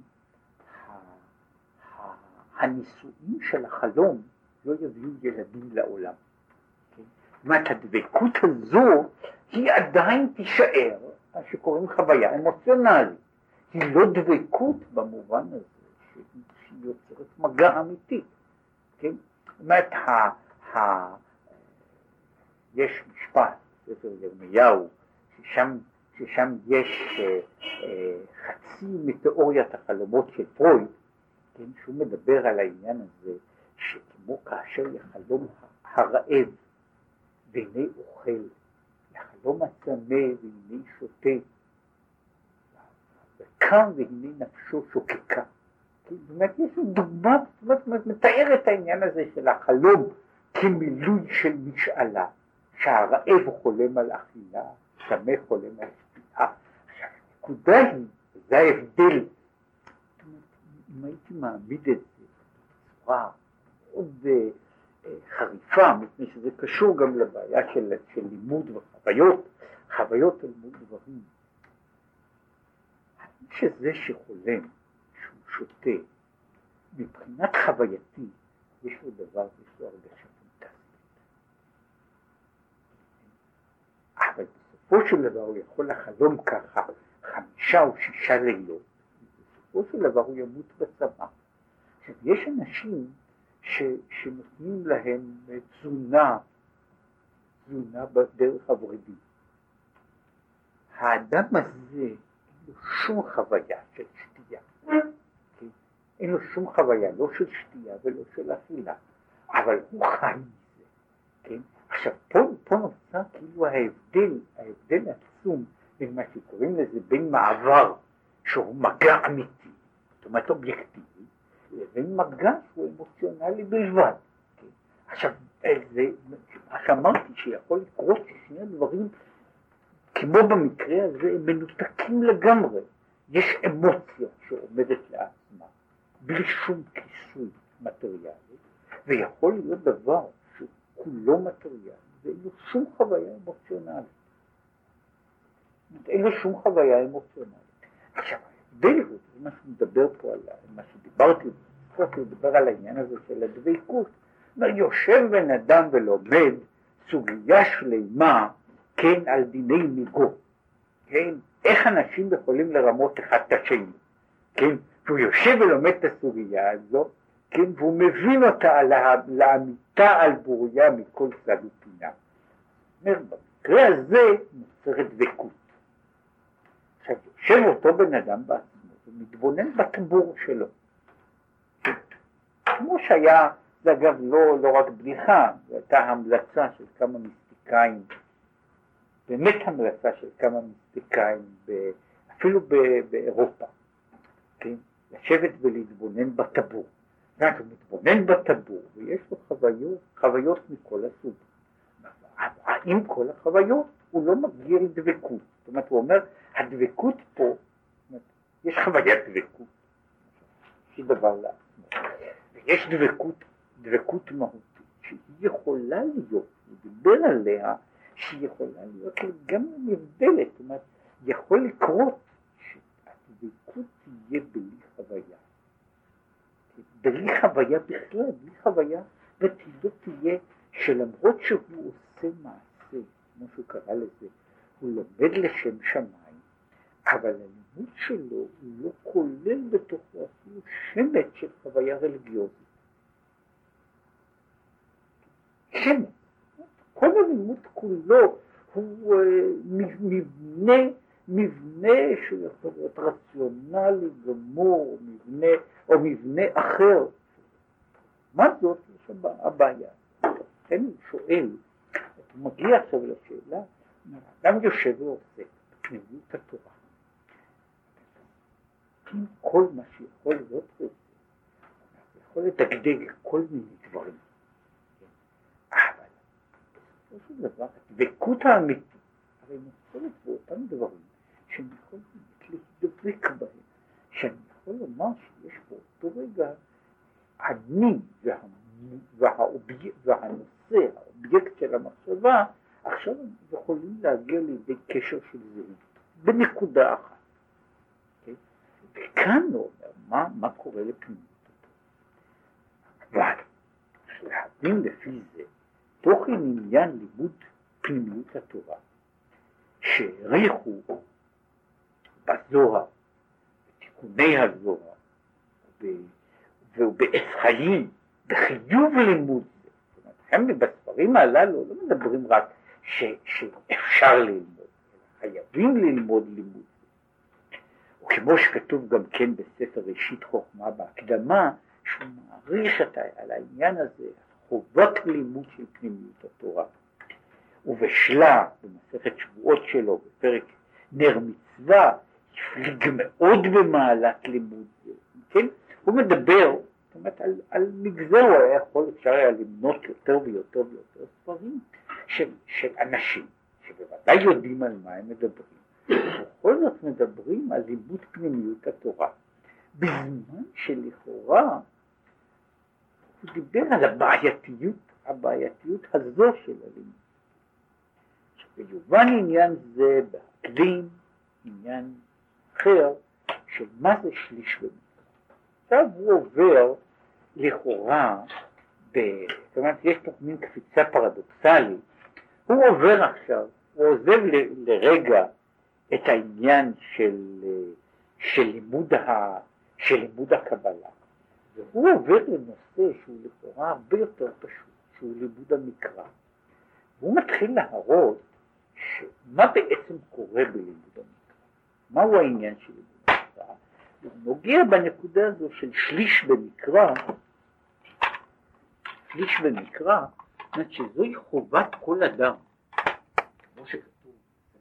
S1: הנישואים של החלום לא יביאו ילדים לעולם. כן? זאת אומרת, הדבקות הזו היא עדיין תישאר, מה שקוראים חוויה אמוציונלית. היא לא דבקות במובן הזה שהיא יוצרת מגע אמיתי. כן? זאת אומרת, יש משפט, ספר ירמיהו, ששם יש חצי מתיאוריית החלומות של פרויד, כן, שהוא מדבר על העניין הזה, שכמו כאשר יחלום הרעב והנה אוכל, יחלום הצמא והנה שותה, וקם והנה נפשו שוקקה. זאת אומרת, יש דוגמה, זאת אומרת, מתאר את העניין הזה של החלום כמילוי של משאלה, שהרעב חולם על אכילה, צמא חולם על שתייה. עכשיו, הנקודה היא, זה ההבדל. אם הייתי מעמיד את זה בצורה מאוד חריפה, מפני שזה קשור גם לבעיה של לימוד וחוויות, חוויות על מול דברים. האיש הזה שחולם, שהוא שותה, מבחינת חווייתי, יש לו דבר, יש לו הרגשה פנטסטית. אבל בסופו של דבר הוא יכול לחלום ככה 5 או 6 לילות, בסופו של דבר הוא ימות בצבא. עכשיו, יש אנשים שנותנים להם תזונה בדרך הוורידים. האדם הזה אין לו שום חוויה של שתייה. כן? אין לו שום חוויה, לא של שתייה ולא של אכילה, אבל הוא חי מזה. כן? עכשיו, פה נוצר כאילו ההבדל עצום בין מה שקוראים לזה בין מעבר, שהוא מגע אמיתי, זאת אומרת אובייקטיבי, לבין מגע שהוא אמוציונלי בלבד. כן? עכשיו, מה שאמרתי שיכול לקרות ששני הדברים, כמו במקרה הזה, הם מנותקים לגמרי. יש אמוציה שעומדת לעצמה, בלי שום כיסוי מטריאלי, ויכול להיות דבר שהוא כולו מטריאלי, ואין לו שום חוויה אמוציונלית. אין לו שום חוויה אמוציונלית. עכשיו, ההבדל הוא, מה שמדבר פה על מה שדיברתי, הוא מדבר על העניין הזה של הדבקות. יושב בן אדם ולומד סוגיה שלמה, כן, על דיני מיגו, כן, איך אנשים יכולים לרמות אחד את השני, כן, והוא יושב ולומד את הסוגיה הזו, כן, והוא מבין אותה לאמיתה על בוריה מכל צד ופינה. במקרה הזה נוצרת דבקות. עכשיו, יושב אותו בן אדם בעצמו ומתבונן בטבור שלו. כמו שהיה, זה אגב לא רק בדיחה, זו הייתה המלצה של כמה מיסטיקאים, באמת המלצה של כמה מיסטיקאים, אפילו באירופה, כן? לשבת ולהתבונן בטבור. הוא מתבונן בטבור ויש לו חוויות מכל הסוג. עם כל החוויות הוא לא מגיע לדבקות. זאת אומרת, הוא אומר, הדבקות פה, יש חוויית דבקות, שהיא דבר לעצמו. ויש דבקות מהותית, שהיא יכולה להיות, הוא דיבר עליה, שהיא יכולה להיות גם מבדלת. זאת אומרת, יכול לקרות שהדבקות תהיה בלי חוויה. בלי חוויה בכלל, בלי חוויה, ותהיה תהיה שלמרות שהוא עושה מעשה, כמו שהוא קרא לזה, הוא לומד לשם שמיים, אבל הלימוד שלו הוא לא כולל בתוכו אפילו שמץ של חוויה רליגיוזית. כן, כל הלימוד כולו הוא מבנה שהוא יכול להיות רציונלי גמור, או מבנה אחר. מה זאת הבעיה? לכן הוא שואל, הוא מגיע עכשיו לשאלה, אדם יושב ועושה פנימיות התורה. עם כל מה שיכול להיות עושה, יכול לדגדג כל מיני דברים. אבל בסופו של דבר, הדבקות האמיתית, הרי נופלת באותם דברים שאני יכול להידבק בהם, שאני יכול לומר שיש באותו רגע אני והנושא, האובייקט של המחשבה, עכשיו הם יכולים להגיע לידי קשר של זהות, בנקודה אחת. וכאן הוא אומר, מה קורה לפנימיות התורה? אבל, להבין לפי זה, תוכן עניין לימוד פנימיות התורה, שהעריכו בזוהר, בתיקוני הזוהר, ובעץ חיים, בחיוב לימוד זה. זאת אומרת, הם בספרים הללו לא מדברים רק שאפשר ללמוד, חייבים ללמוד לימוד זה. וכמו שכתוב גם כן בספר ראשית חוכמה בהקדמה, שהוא מעריך על העניין הזה, חובת לימוד של פנימיות התורה. ובשלה, במסכת שבועות שלו, בפרק נר מצווה, יפליג מאוד במעלת לימוד זה. כן? הוא מדבר, זאת אומרת, על מגזר, הוא היה יכול, אפשר היה למנות יותר ויותר ויותר ספרים של אנשים, שבוודאי יודעים על מה הם מדברים. ובכל זאת מדברים על לימוד פנימיות התורה. בזמן שלכאורה, הוא דיבר על הבעייתיות הזו של הלימוד. ויובן עניין זה בהקדים, עניין אחר, של מה זה שליש במקרא. עכשיו הוא עובר לכאורה, זאת אומרת, יש פה מין קפיצה פרדוקסלית, הוא עובר עכשיו, הוא עוזב לרגע את העניין של לימוד הקבלה, והוא עובר לנושא שהוא לכאורה הרבה יותר פשוט, שהוא לימוד המקרא. והוא מתחיל להראות מה בעצם קורה בלימוד המקרא, מהו העניין של לימוד המקרא. הוא נוגע בנקודה הזו של שליש במקרא, זאת אומרת שזוהי חובת כל אדם, כמו שכתוב,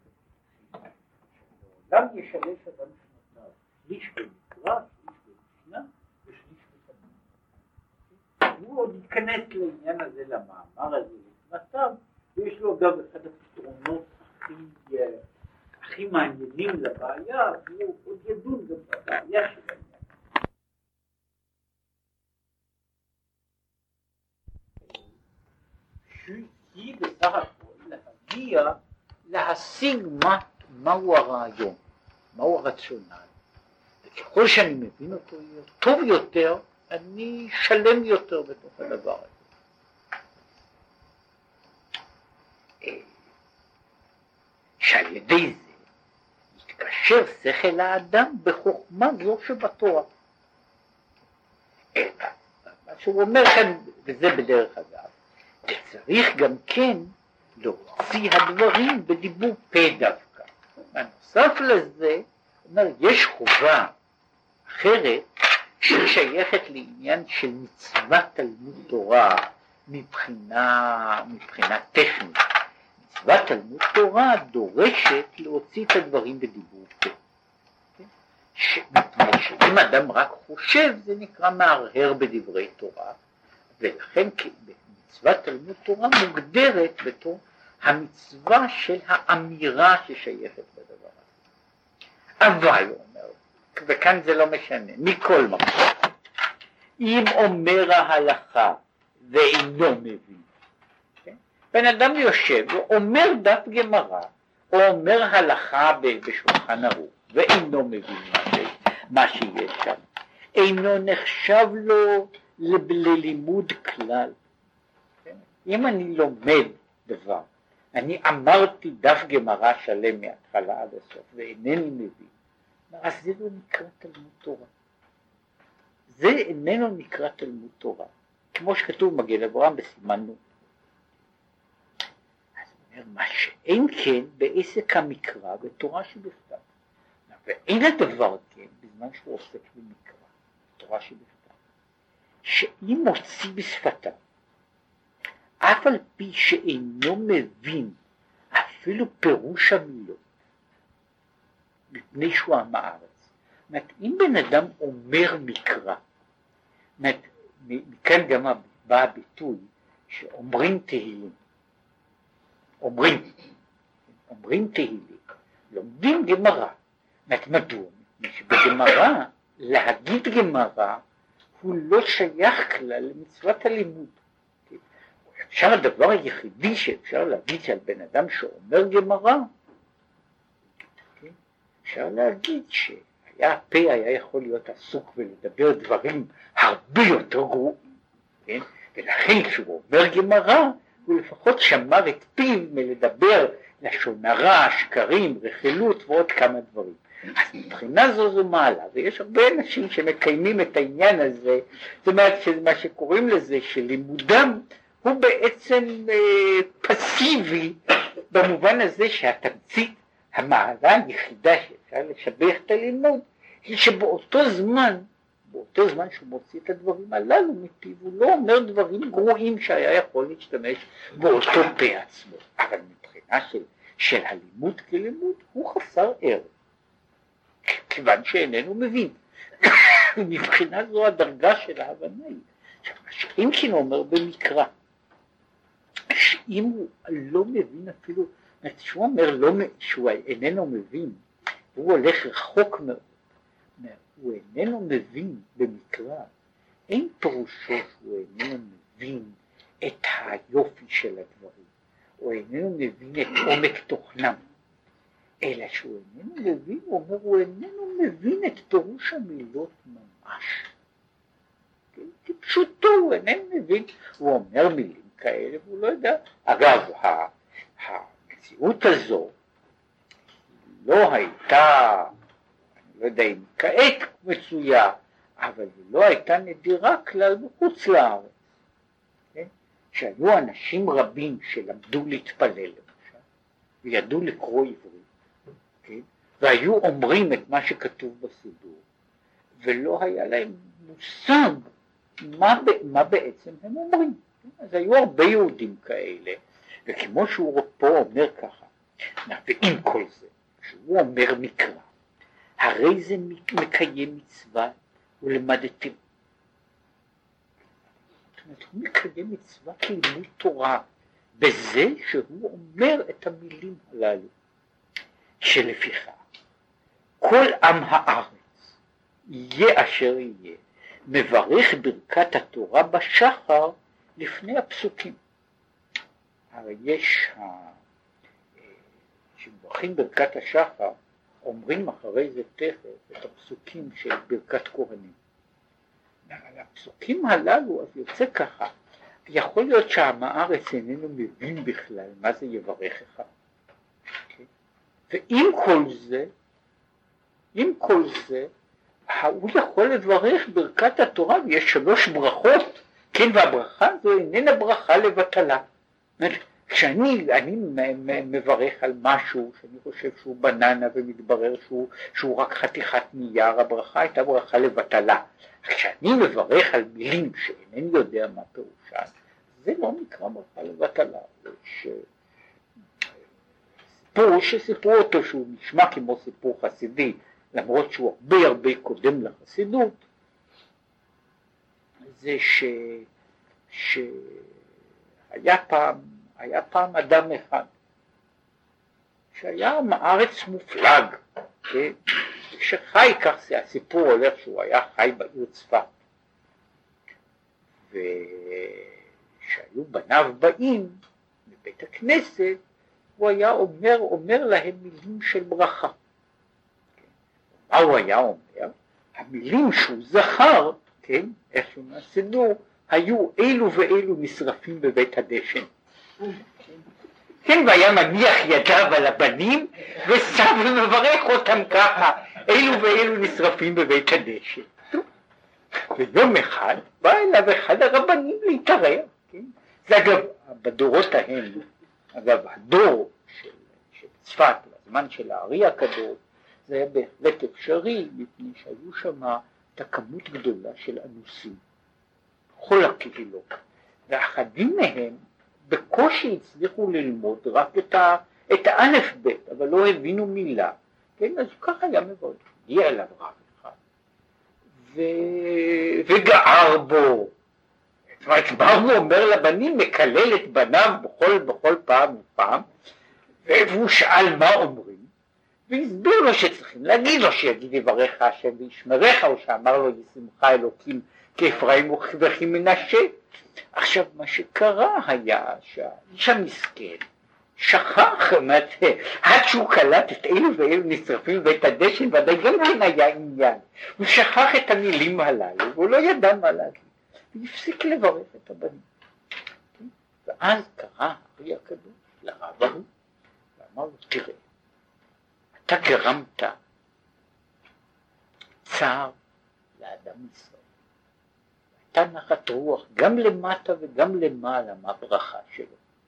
S1: לעולם ישלש אדם שנותיו, שליש במקרא, שליש במשנה ושליש בתלמוד. הוא עוד ייכנס לעניין הזה, למאמר הזה, לתנתיו, ויש לו גם אחד הפתרונות הכי מעניינים לבעיה, והוא עוד ידון גם בבעיה של העניין. היא בסך הכל להשיג מהו הרעיון, מהו הרציונל. וככל שאני מבין אותו טוב יותר, אני שלם יותר בתוך הדבר הזה. שעל ידי זה יתקשר שכל האדם בחוכמה זו שבתורה. מה שהוא אומר כאן, וזה בדרך אגב, צריך גם כן להוציא הדברים בדיבור פה דווקא. בנוסף לזה, אומר, יש חובה אחרת ששייכת לעניין של מצוות תלמוד תורה מבחינה טכנית. מצוות תלמוד תורה דורשת להוציא את הדברים בדיבור פה. שאם אדם רק חושב, זה נקרא מהרהר בדברי תורה, ולכן מצוות תלמוד תורה מוגדרת בתור המצווה של האמירה ששייכת בדבר הזה. אבל הוא אומר, וכאן זה לא משנה, מכל מקום, אם אומר ההלכה ואינו מבין, בן אדם יושב ואומר דף גמרא, או אומר הלכה בשולחן ערוך, ואינו מבין מה שיש שם, אינו נחשב לו ללימוד כלל. אם אני לומד דבר, אני אמרתי דף גמרא שלם מההתחלה עד הסוף, ואינני מבין, אז זה לא נקרא תלמוד תורה. זה איננו נקרא תלמוד תורה, כמו שכתוב מגן אברהם בסימן נ'. שאין כן בעסק המקרא בתורה שבכתב. ואין הדבר כן בזמן שהוא עוסק במקרא, תורה שבכתב, שאם מוציא בשפתיו, אף על פי שאינו מבין אפילו פירוש המילות, מפני שהוא עם הארץ. זאת אומרת, אם בן אדם אומר מקרא, מכאן גם בא הביטוי שאומרים תהילים, אומרים תהילים, לומדים גמרא. מדוע? שבגמרא, להגיד גמרא הוא לא שייך כלל למצוות הלימוד. אפשר, הדבר היחידי שאפשר להגיד שעל בן אדם שאומר גמרא, אפשר להגיד הפה היה יכול להיות עסוק ולדבר דברים הרבה יותר גרועים, כן? ולכן כשהוא אומר גמרא, הוא לפחות שמר את פיו מלדבר לשון הרע, שקרים, רכילות ועוד כמה דברים. אז מבחינה זו מעלה, ויש הרבה אנשים שמקיימים את העניין הזה. זאת אומרת שמה שקוראים לזה שלימודם הוא בעצם פסיבי, במובן הזה שהתמצית, המעלה היחידה שאפשר לשבח את הלימוד, היא שבאותו זמן שהוא מוציא את הדברים הללו מפיו, הוא לא אומר דברים גרועים שהיה יכול להשתמש באותו פה עצמו. אבל מבחינה של הלימוד כלימוד הוא חסר ערך, כיוון שאיננו מבין. מבחינה זו הדרגה של ההבנה היא, אם כן אומר במקרא, שאם הוא לא מבין אפילו, שהוא אומר שהוא איננו מבין, הוא הולך רחוק מאוד, הוא איננו מבין במקרא, אין פירושו שהוא איננו מבין את היופי של הדברים, הוא איננו מבין את עומק תוכנם, אלא שהוא איננו מבין, הוא אומר, הוא איננו מבין את פירוש המילות ממש. כפשוטו, הוא איננו מבין, הוא אומר מילים כאלה, והוא לא יודע. אגב, המציאות הזו לא הייתה, אני לא יודע אם כעת מצויה, אבל היא לא הייתה נדירה כלל בחוץ לארץ. כן? שהיו אנשים רבים שלמדו להתפלל, למשל, וידעו לקרוא עברית, כן? והיו אומרים את מה שכתוב בסידור, ולא היה להם מושג מה בעצם הם אומרים. אז היו הרבה יהודים כאלה, וכמו שהוא פה אומר ככה, ועם כל זה, שהוא אומר מקרא, הרי זה מקיים מצווה ולמדתם. זאת אומרת, הוא מקיים מצווה כלימוד תורה, בזה שהוא אומר את המילים הללו, שלפיכך, כל עם הארץ, יהיה אשר יהיה, מברך ברכת התורה בשחר לפני הפסוקים. הרי יש, שמברכים ברכת השחר, אומרים אחרי זה תכף את הפסוקים של ברכת כהנים. על הפסוקים הללו אז יוצא ככה, יכול להיות שעם הארץ איננו מבין בכלל מה זה יברכך. ועם כל זה, הוא יכול לברך ברכת התורה, ויש 3 ברכות, כן, והברכה הזו איננה ברכה לבטלה. כשאני מברך על משהו שאני חושב שהוא בננה ומתברר שהוא רק חתיכת נייר, הברכה הייתה ברכה לבטלה. כשאני מברך על מילים שאינני יודע מה פירושן, זה לא נקרא ברכה לבטלה. שסיפרו אותו שהוא נשמע כמו סיפור חסידי, למרות שהוא הרבה קודם לחסידות, זה שהיה פעם אדם אחד שהיה מארץ מופלג, כן? שחי, כך הסיפור הולך שהוא היה חי בעיר צפת, ושהיו בניו באים לבית הכנסת, הוא היה אומר להם מילים של ברכה. מה הוא היה אומר? המילים שהוא זכר, כן, איך שהוא מהסידור, היו אילו ואילו נשרפים בבית הדשן. כן, והיה מניח ידיו על הבנים ושם ומברך אותם ככה, אילו ואילו נשרפים בבית הדשן. ויום אחד בא אליו אחד הרבנים להתערב, כן? זה אגב, בדורות ההם, אגב, הדור צפת, בזמן של הארי הקדוש, זה היה בהחלט אפשרי, מפני שהיו שם את הכמות גדולה של אנוסים, בכל הקהילות, ואחדים מהם בקושי הצליחו ללמוד רק את האלף בית, אבל לא הבינו מילה, כן, אז ככה היה מבוד, הגיע אליו רב אחד, וגער בו, זאת אומרת, מה הוא אומר לבנים, מקלל את בניו בכל פעם ופעם, והוא שאל מה אומרים, והסביר לו שצריכים להגיד לו שיגיד יברך השם וישמרך, או שאמר לו ישמך אלוקים כאפרים וכמנשה. עכשיו מה שקרה היה שהאיש המסכן שכח, עד שהוא קלט את אלו ואלו נשרפים ואת הדשן, ודאי גם כן היה עניין, הוא שכח את המילים הללו והוא לא ידע מה להגיד, והפסיק לברך את הבנים. ואז קרא הארי הקדוש לרב ההוא ואמר לו, תראה, אתה גרמת צער לאדם ישראל, הייתה נחת רוח גם למטה וגם למעלה מהברכה שלו.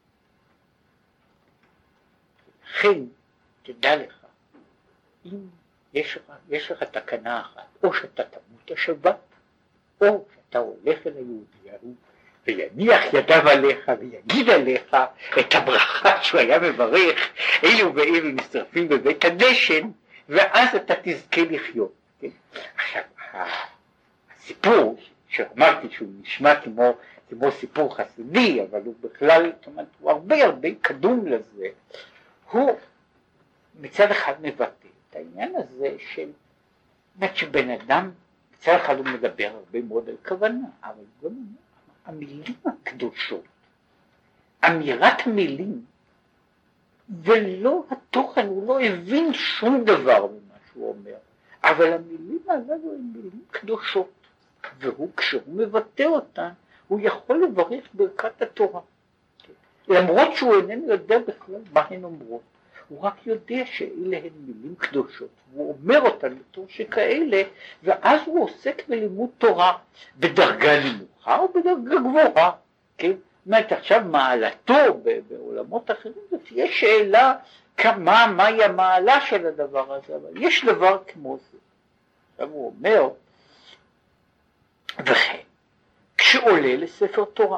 S1: לכן תדע לך, אם יש לך תקנה אחת, או שאתה תמות השבת, או שאתה הולך אל היהודי ההוא ויניח ידיו עליך ויגיד עליך את הברכה שהוא היה מברך, אלו ואלו נשרפים בבית הדשן, ואז אתה תזכה לחיות. כן? עכשיו, הסיפור שאמרתי שהוא נשמע כמו סיפור חסידי, אבל הוא בכלל, זאת אומרת, הוא הרבה קדום לזה, הוא מצד אחד מבטא את העניין הזה של שבן אדם, מצד אחד הוא מדבר הרבה מאוד על כוונה, אבל גם המילים הקדושות, אמירת המילים, ולא התוכן, הוא לא הבין שום דבר ממה שהוא אומר, אבל המילים הללו הן מילים קדושות, והוא כשהוא מבטא אותן, הוא יכול לברך ברכת התורה. למרות שהוא איננו יודע בכלל מה הן אומרות, הוא רק יודע שאלה הן מילים קדושות, הוא אומר אותן בתור שכאלה, ואז הוא עוסק בלימוד תורה בדרגה נמוכה או בדרגה גבוהה. כן? זאת אומרת, עכשיו מעלתו בעולמות אחרים, זאת תהיה שאלה מהי המעלה של הדבר הזה, אבל יש דבר כמו זה. עכשיו הוא אומר, וכן, כשעולה לספר תורה,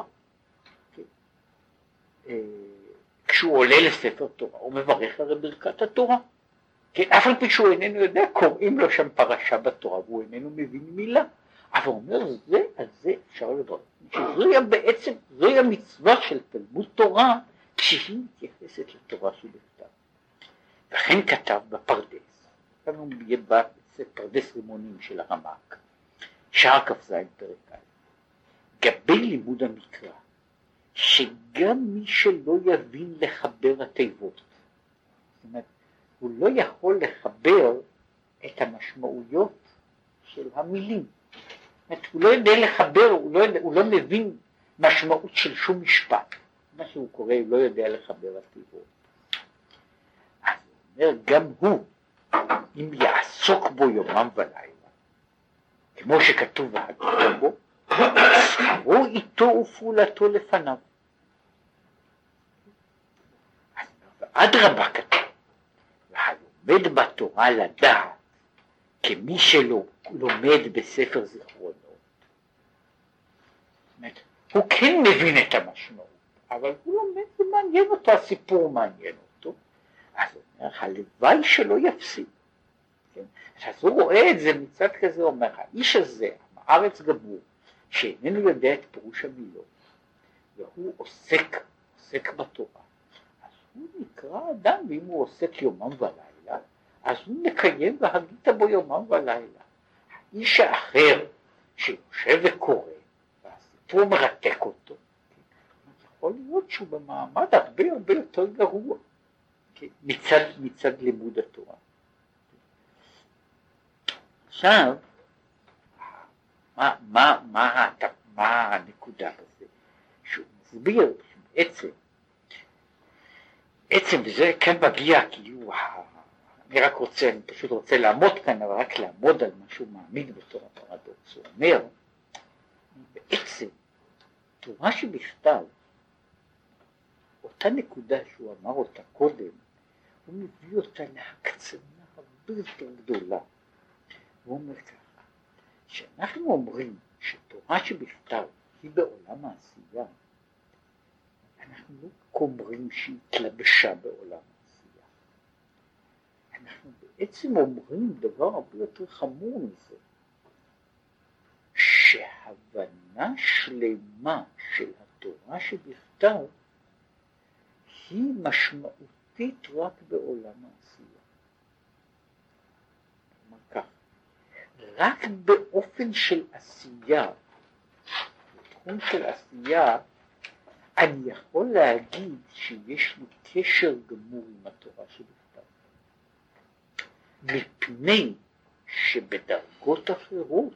S1: כשהוא עולה לספר תורה, הוא מברך הרי ברכת התורה. כן, אף על פי שהוא איננו יודע, קוראים לו שם פרשה בתורה, והוא איננו מבין מילה. אבל הוא אומר, על זה אפשר לברך. שזוהי בעצם, זוהי המצווה של תלמוד תורה, כשהיא מתייחסת לתורה שבכתב. וכן כתב בפרדס, כאן הוא יהיה בפרדס רימונים של הרמ"ק, שער כ"ז פרק א', גבי לימוד המקרא, שגם מי שלא יבין לחבר התיבות, זאת אומרת, הוא לא יכול לחבר את המשמעויות של המילים, זאת אומרת, הוא לא יודע לחבר, הוא לא מבין משמעות של שום משפט, מה שהוא קורא, הוא לא יודע לחבר התיבות. אז הוא אומר, גם הוא, אם יעסוק בו יומם ולילה, כמו שכתוב והגדול בו, שכרו איתו ופעולתו לפניו. אדרבה כתוב, והלומד בתורה לדעת, כמי שלא לומד בספר זיכרונות. הוא כן מבין את המשמעות, אבל הוא לומד, זה מעניין אותו, הסיפור מעניין אותו, אז הוא אומר, הלוואי שלא יפסיד. כן? אז הוא רואה את זה מצד כזה, הוא אומר, האיש הזה, הארץ גמור, שאיננו יודע את פירוש המילות, והוא עוסק בתורה, אז הוא נקרא אדם, ואם הוא עוסק יומם ולילה, אז הוא מקיים והגית בו יומם ולילה. האיש האחר שיושב וקורא, והסיפור מרתק אותו, יכול להיות שהוא במעמד הרבה יותר גרוע, מצד לימוד התורה. עכשיו, מה הנקודה בזה? שהוא מסביר בעצם, וזה כן מגיע, כאילו, אני פשוט רוצה לעמוד כאן, אבל רק לעמוד על מה שהוא מעמיד בתור הפרדוקס. הוא אומר, בעצם, תורה שבכתב, אותה נקודה שהוא אמר אותה קודם, הוא להביא אותה להקצנה הרבה יותר גדולה. הוא אומר ככה, שאנחנו אומרים שתורה שבכתב היא בעולם העשייה, אנחנו לא אומרים שהיא התלבשה בעולם העשייה. אנחנו בעצם אומרים דבר הרבה יותר חמור מזה, שהבנה שלמה של התורה שבכתב היא משמעותית רק בעולם העשייה. כלומר כך, רק באופן של עשייה, בתחום של עשייה, אני יכול להגיד שיש לי קשר גמור עם התורה שבכתב. מפני שבדרגות אחרות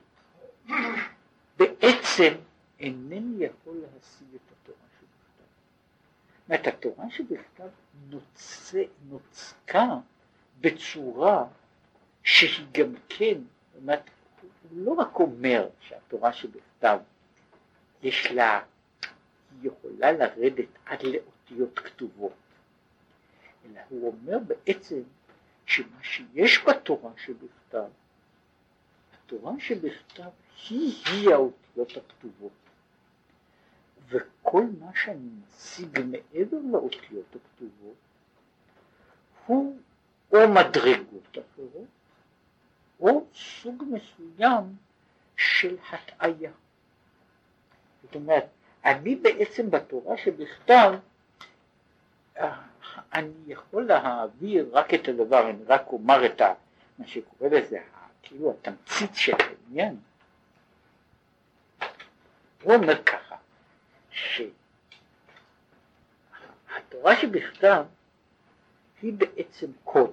S1: בעצם אינני יכול להשיג את התורה שבכתב. זאת אומרת, התורה שבכתב נוצקה בצורה שהיא גם כן, זאת אומרת, הוא לא רק אומר שהתורה שבכתב יש לה, היא יכולה לרדת עד לאותיות כתובות, אלא הוא אומר בעצם שמה שיש בתורה שבכתב, התורה שבכתב היא האותיות הכתובות, וכל מה שאני משיג מעבר לאותיות הכתובות הוא או מדרגות אחרות או סוג מסוים של הטעיה. זאת אומרת, אני בעצם בתורה שבכתב אני יכול להעביר רק את הדבר, אני רק אומר את מה שקורא לזה כאילו התמצית של העניין. הוא אומר ככה, שהתורה שבכתב היא בעצם קוד,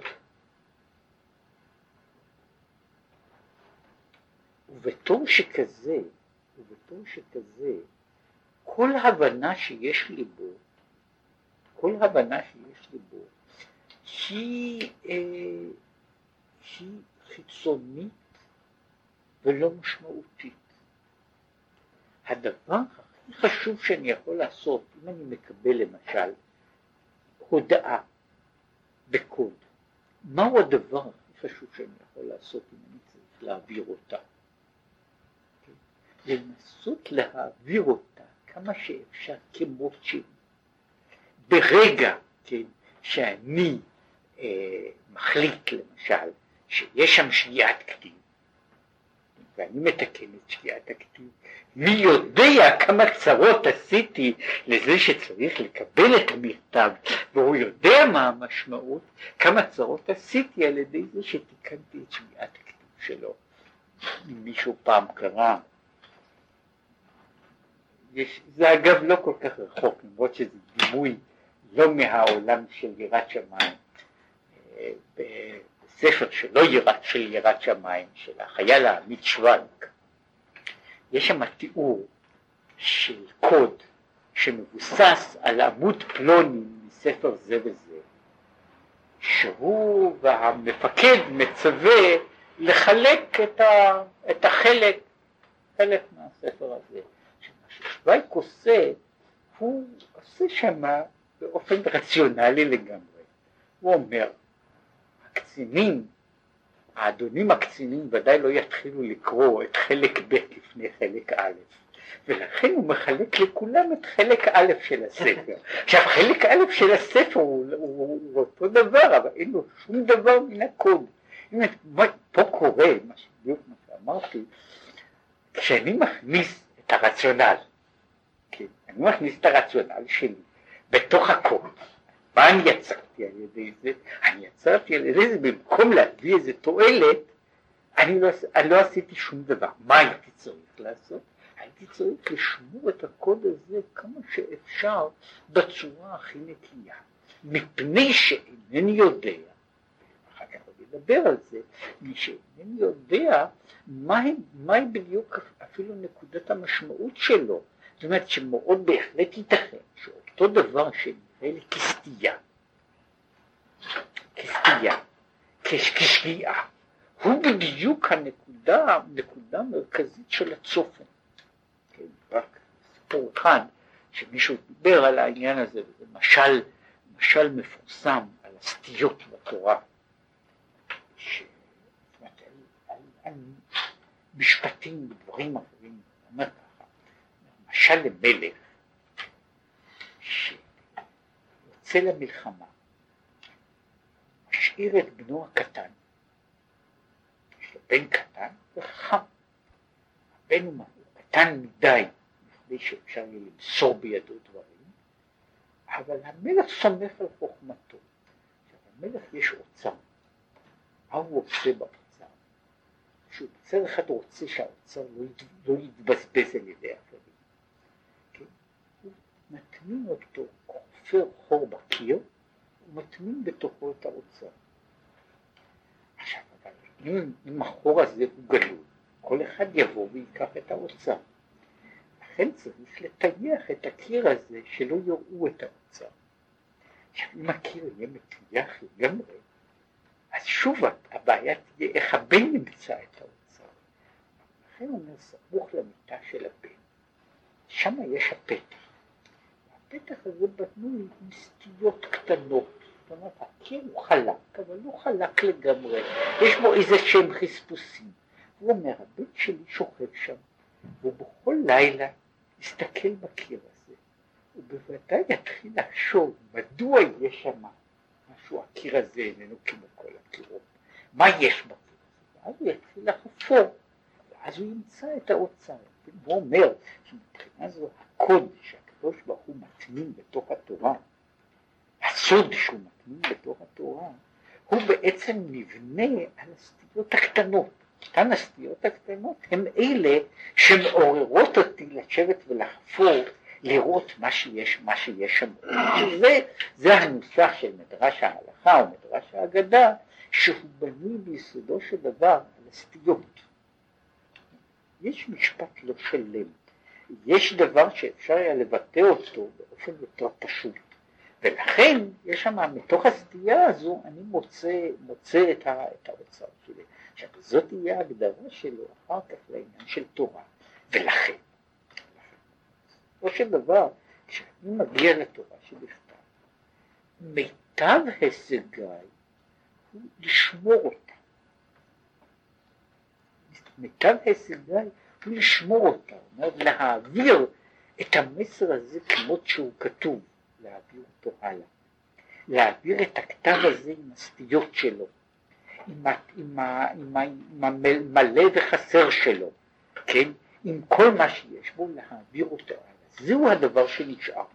S1: ובתור שכזה כל הבנה שיש לי בו, היא חיצונית ולא משמעותית. הדבר הכי חשוב שאני יכול לעשות, אם אני מקבל למשל הודעה בקוד, מהו הדבר הכי חשוב שאני יכול לעשות אם אני צריך להעביר אותה? לנסות להעביר אותה כמה שאפשר כמות שהיא. ברגע שאני מחליט למשל שיש שם שגיאת כתיב, ואני מתקן את שגיאת הכתיב, מי יודע כמה קצרות עשיתי לזה שצריך לקבל את המכתב, והוא יודע מה המשמעות, כמה קצרות עשיתי על ידי זה שתיקנתי את שגיאת הכתיב שלו. מישהו פעם קרא, זה אגב לא כל כך רחוק, למרות שזה דימוי לא מהעולם של יראת שמיים, בספר של יראת שמיים, של החייל העמית שוונק, יש שם תיאור של קוד שמבוסס על עמוד פלוני מספר זה וזה, שהוא והמפקד מצווה לחלק את החלק מהספר הזה. שווייק עושה, הוא עושה שמה באופן רציונלי לגמרי. הוא אומר, האדונים הקצינים ודאי לא יתחילו לקרוא את חלק ב' לפני חלק א', ולכן הוא מחלק לכולם את חלק א' של הספר. עכשיו חלק א' של הספר הוא אותו דבר, אבל אין לו שום דבר מן הקוד. פה קורה, בדיוק מה שאמרתי, כשאני מכניס את הרציונל, כן, אני מכניס את הרציונל שלי בתוך הקוד, מה אני יצרתי על ידי זה? אני יצרתי על ידי זה, במקום להביא איזה תועלת, אני לא עשיתי שום דבר. מה הייתי צריך לעשות? הייתי צריך לשמור את הקוד הזה כמה שאפשר בצורה הכי נקייה, מפני שאינני יודע, אחר כך אני אדבר על זה, מפני שאינני יודע מהי בדיוק אפילו נקודת המשמעות שלו. זאת אומרת שמאוד בהחלט ייתכן שאותו דבר שנראה לי כשגיאה, הוא בדיוק הנקודה המרכזית של הצופן. כן, רק סיפור אחד שמישהו דיבר על העניין הזה, וזה משל מפורסם על הסטיות בתורה, על משפטים ודברים אחרים, אומר ככה, משל למלך שיוצא למלחמה, משאיר את בנו הקטן, יש לו בן קטן וחכם, הבן הוא קטן מדי, כדי שאפשר יהיה למסור בידו דברים, אבל המלך סומך על חוכמתו. עכשיו, המלך יש אוצר, מה הוא עושה באוצר? שהוא בצד אחד רוצה שהאוצר לא יתבזבז על ידי אחרים. כן? הוא מטמין אותו, חופר חור בקיר, הוא מטמין בתוכו את האוצר. עכשיו, אבל אם החור הזה הוא גלוי, כל אחד יבוא ויקח את האוצר. לכן צריך לטייח את הקיר הזה שלא יראו את האוצר. עכשיו, אם הקיר יהיה מטויח לגמרי, אז שוב הבעיה תהיה איך הבן נמצא את האוצר. לכן הוא אומר סמוך למיטה של הבן. שם יש הפתח. הפתח הזה בנוי עם סטיות קטנות. זאת אומרת, הקיר הוא חלק, אבל לא חלק לגמרי. יש בו איזה שם חספוסים. הוא אומר, הבן שלי שוכב שם, והוא בכל לילה יסתכל בקיר הזה, ובוודאי יתחיל לחשוב מדוע יש שם משהו, הקיר הזה איננו כמו כל הקירות, מה יש בקיר הזה, ואז הוא יתחיל לחפור, ואז הוא ימצא את האוצר. הוא אומר שמבחינה זו הקוד שהקדוש ברוך הוא מטמין בתוך התורה, הסוד שהוא מטמין בתוך התורה, הוא בעצם נבנה על הסטיות הקטנות. כאן הסטיות הקטנות הם אלה שמעוררות אותי לשבת ולחפור, לראות מה שיש שם. זה הנוסח של מדרש ההלכה או מדרש ההגדה, שהוא בנוי ביסודו של דבר על הסטיות. יש משפט לא שלם, יש דבר שאפשר היה לבטא אותו באופן יותר פשוט, ולכן יש שם, מתוך הסטייה הזו אני מוצא את האוצר שלי. עכשיו, זאת תהיה ההגדרה שלו אחר כך לעניין של תורה. ולכן, או של דבר, כשאני מגיע לתורה שבכתב, מיטב הישגיי הוא לשמור אותה. מיטב הישגיי הוא לשמור אותה, זאת אומרת, להעביר את המסר הזה כמות שהוא כתוב, להעביר אותו הלאה. להעביר את הכתב הזה עם הסטיות שלו, עם המלא וחסר שלו, כן? עם כל מה שיש בו, להעביר אותו הלאה. זהו הדבר שנשאר.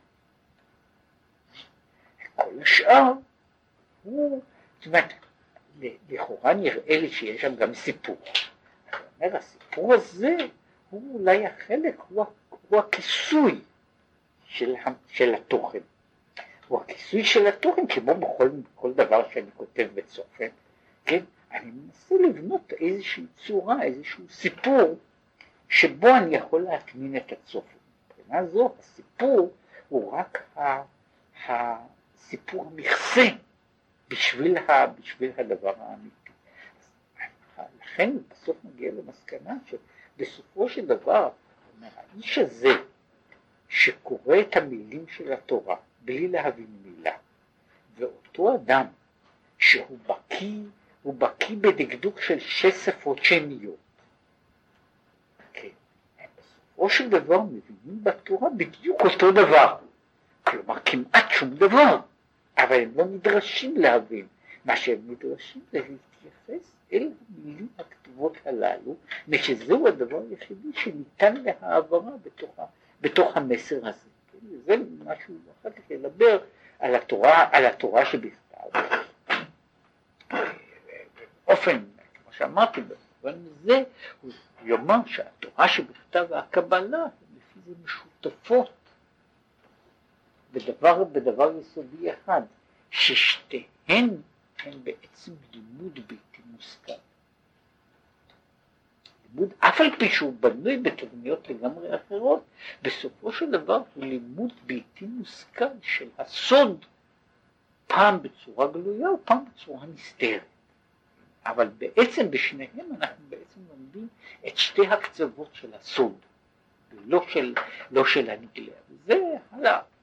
S1: כל השאר הוא, זאת אומרת, לכאורה נראה לי שיש שם גם סיפור. אני אומר, הסיפור הזה הוא אולי החלק, הוא הכיסוי של התוכן. הוא הכיסוי של התוכן, כמו בכל דבר שאני כותב בצופן, כן? אני מנסה לבנות איזושהי צורה, איזשהו סיפור, שבו אני יכול להטמין את הצופן. מבחינה זו, הסיפור הוא רק הסיפור המכסה בשביל הדבר האמיתי. לכן בסוף מגיע למסקנה שבסופו של דבר, האיש הזה שקורא את המילים של התורה בלי להבין מילה, ואותו אדם שהוא בקיא בדקדוק של 6 שפות שמיות, כן, בסופו של דבר מבינים בתורה בדיוק אותו דבר, כלומר כמעט שום דבר, אבל הם לא נדרשים להבין. מה שהם נדרשים להתייחס אל המילים הכתובות הללו, ושזהו הדבר היחידי שניתן להעברה בתוך המסר הזה. זה משהו, אחר כך לדבר על התורה שבכתב. באופן, כמו שאמרתי, במובן הזה, הוא יאמר שהתורה שבכתב והקבלה, לפי זה משותפות בדבר יסודי אחד, ששתיהן הן בעצם לימוד בלתי מושכל. לימוד, אף על פי שהוא בנוי בתבניות לגמרי אחרות, בסופו של דבר הוא לימוד בלתי מושכל של הסוד, פעם בצורה גלויה ופעם בצורה נסתרת. אבל בעצם בשניהם אנחנו בעצם לומדים את שתי הקצוות של הסוד, לא של הנגלה. וזה הלאה.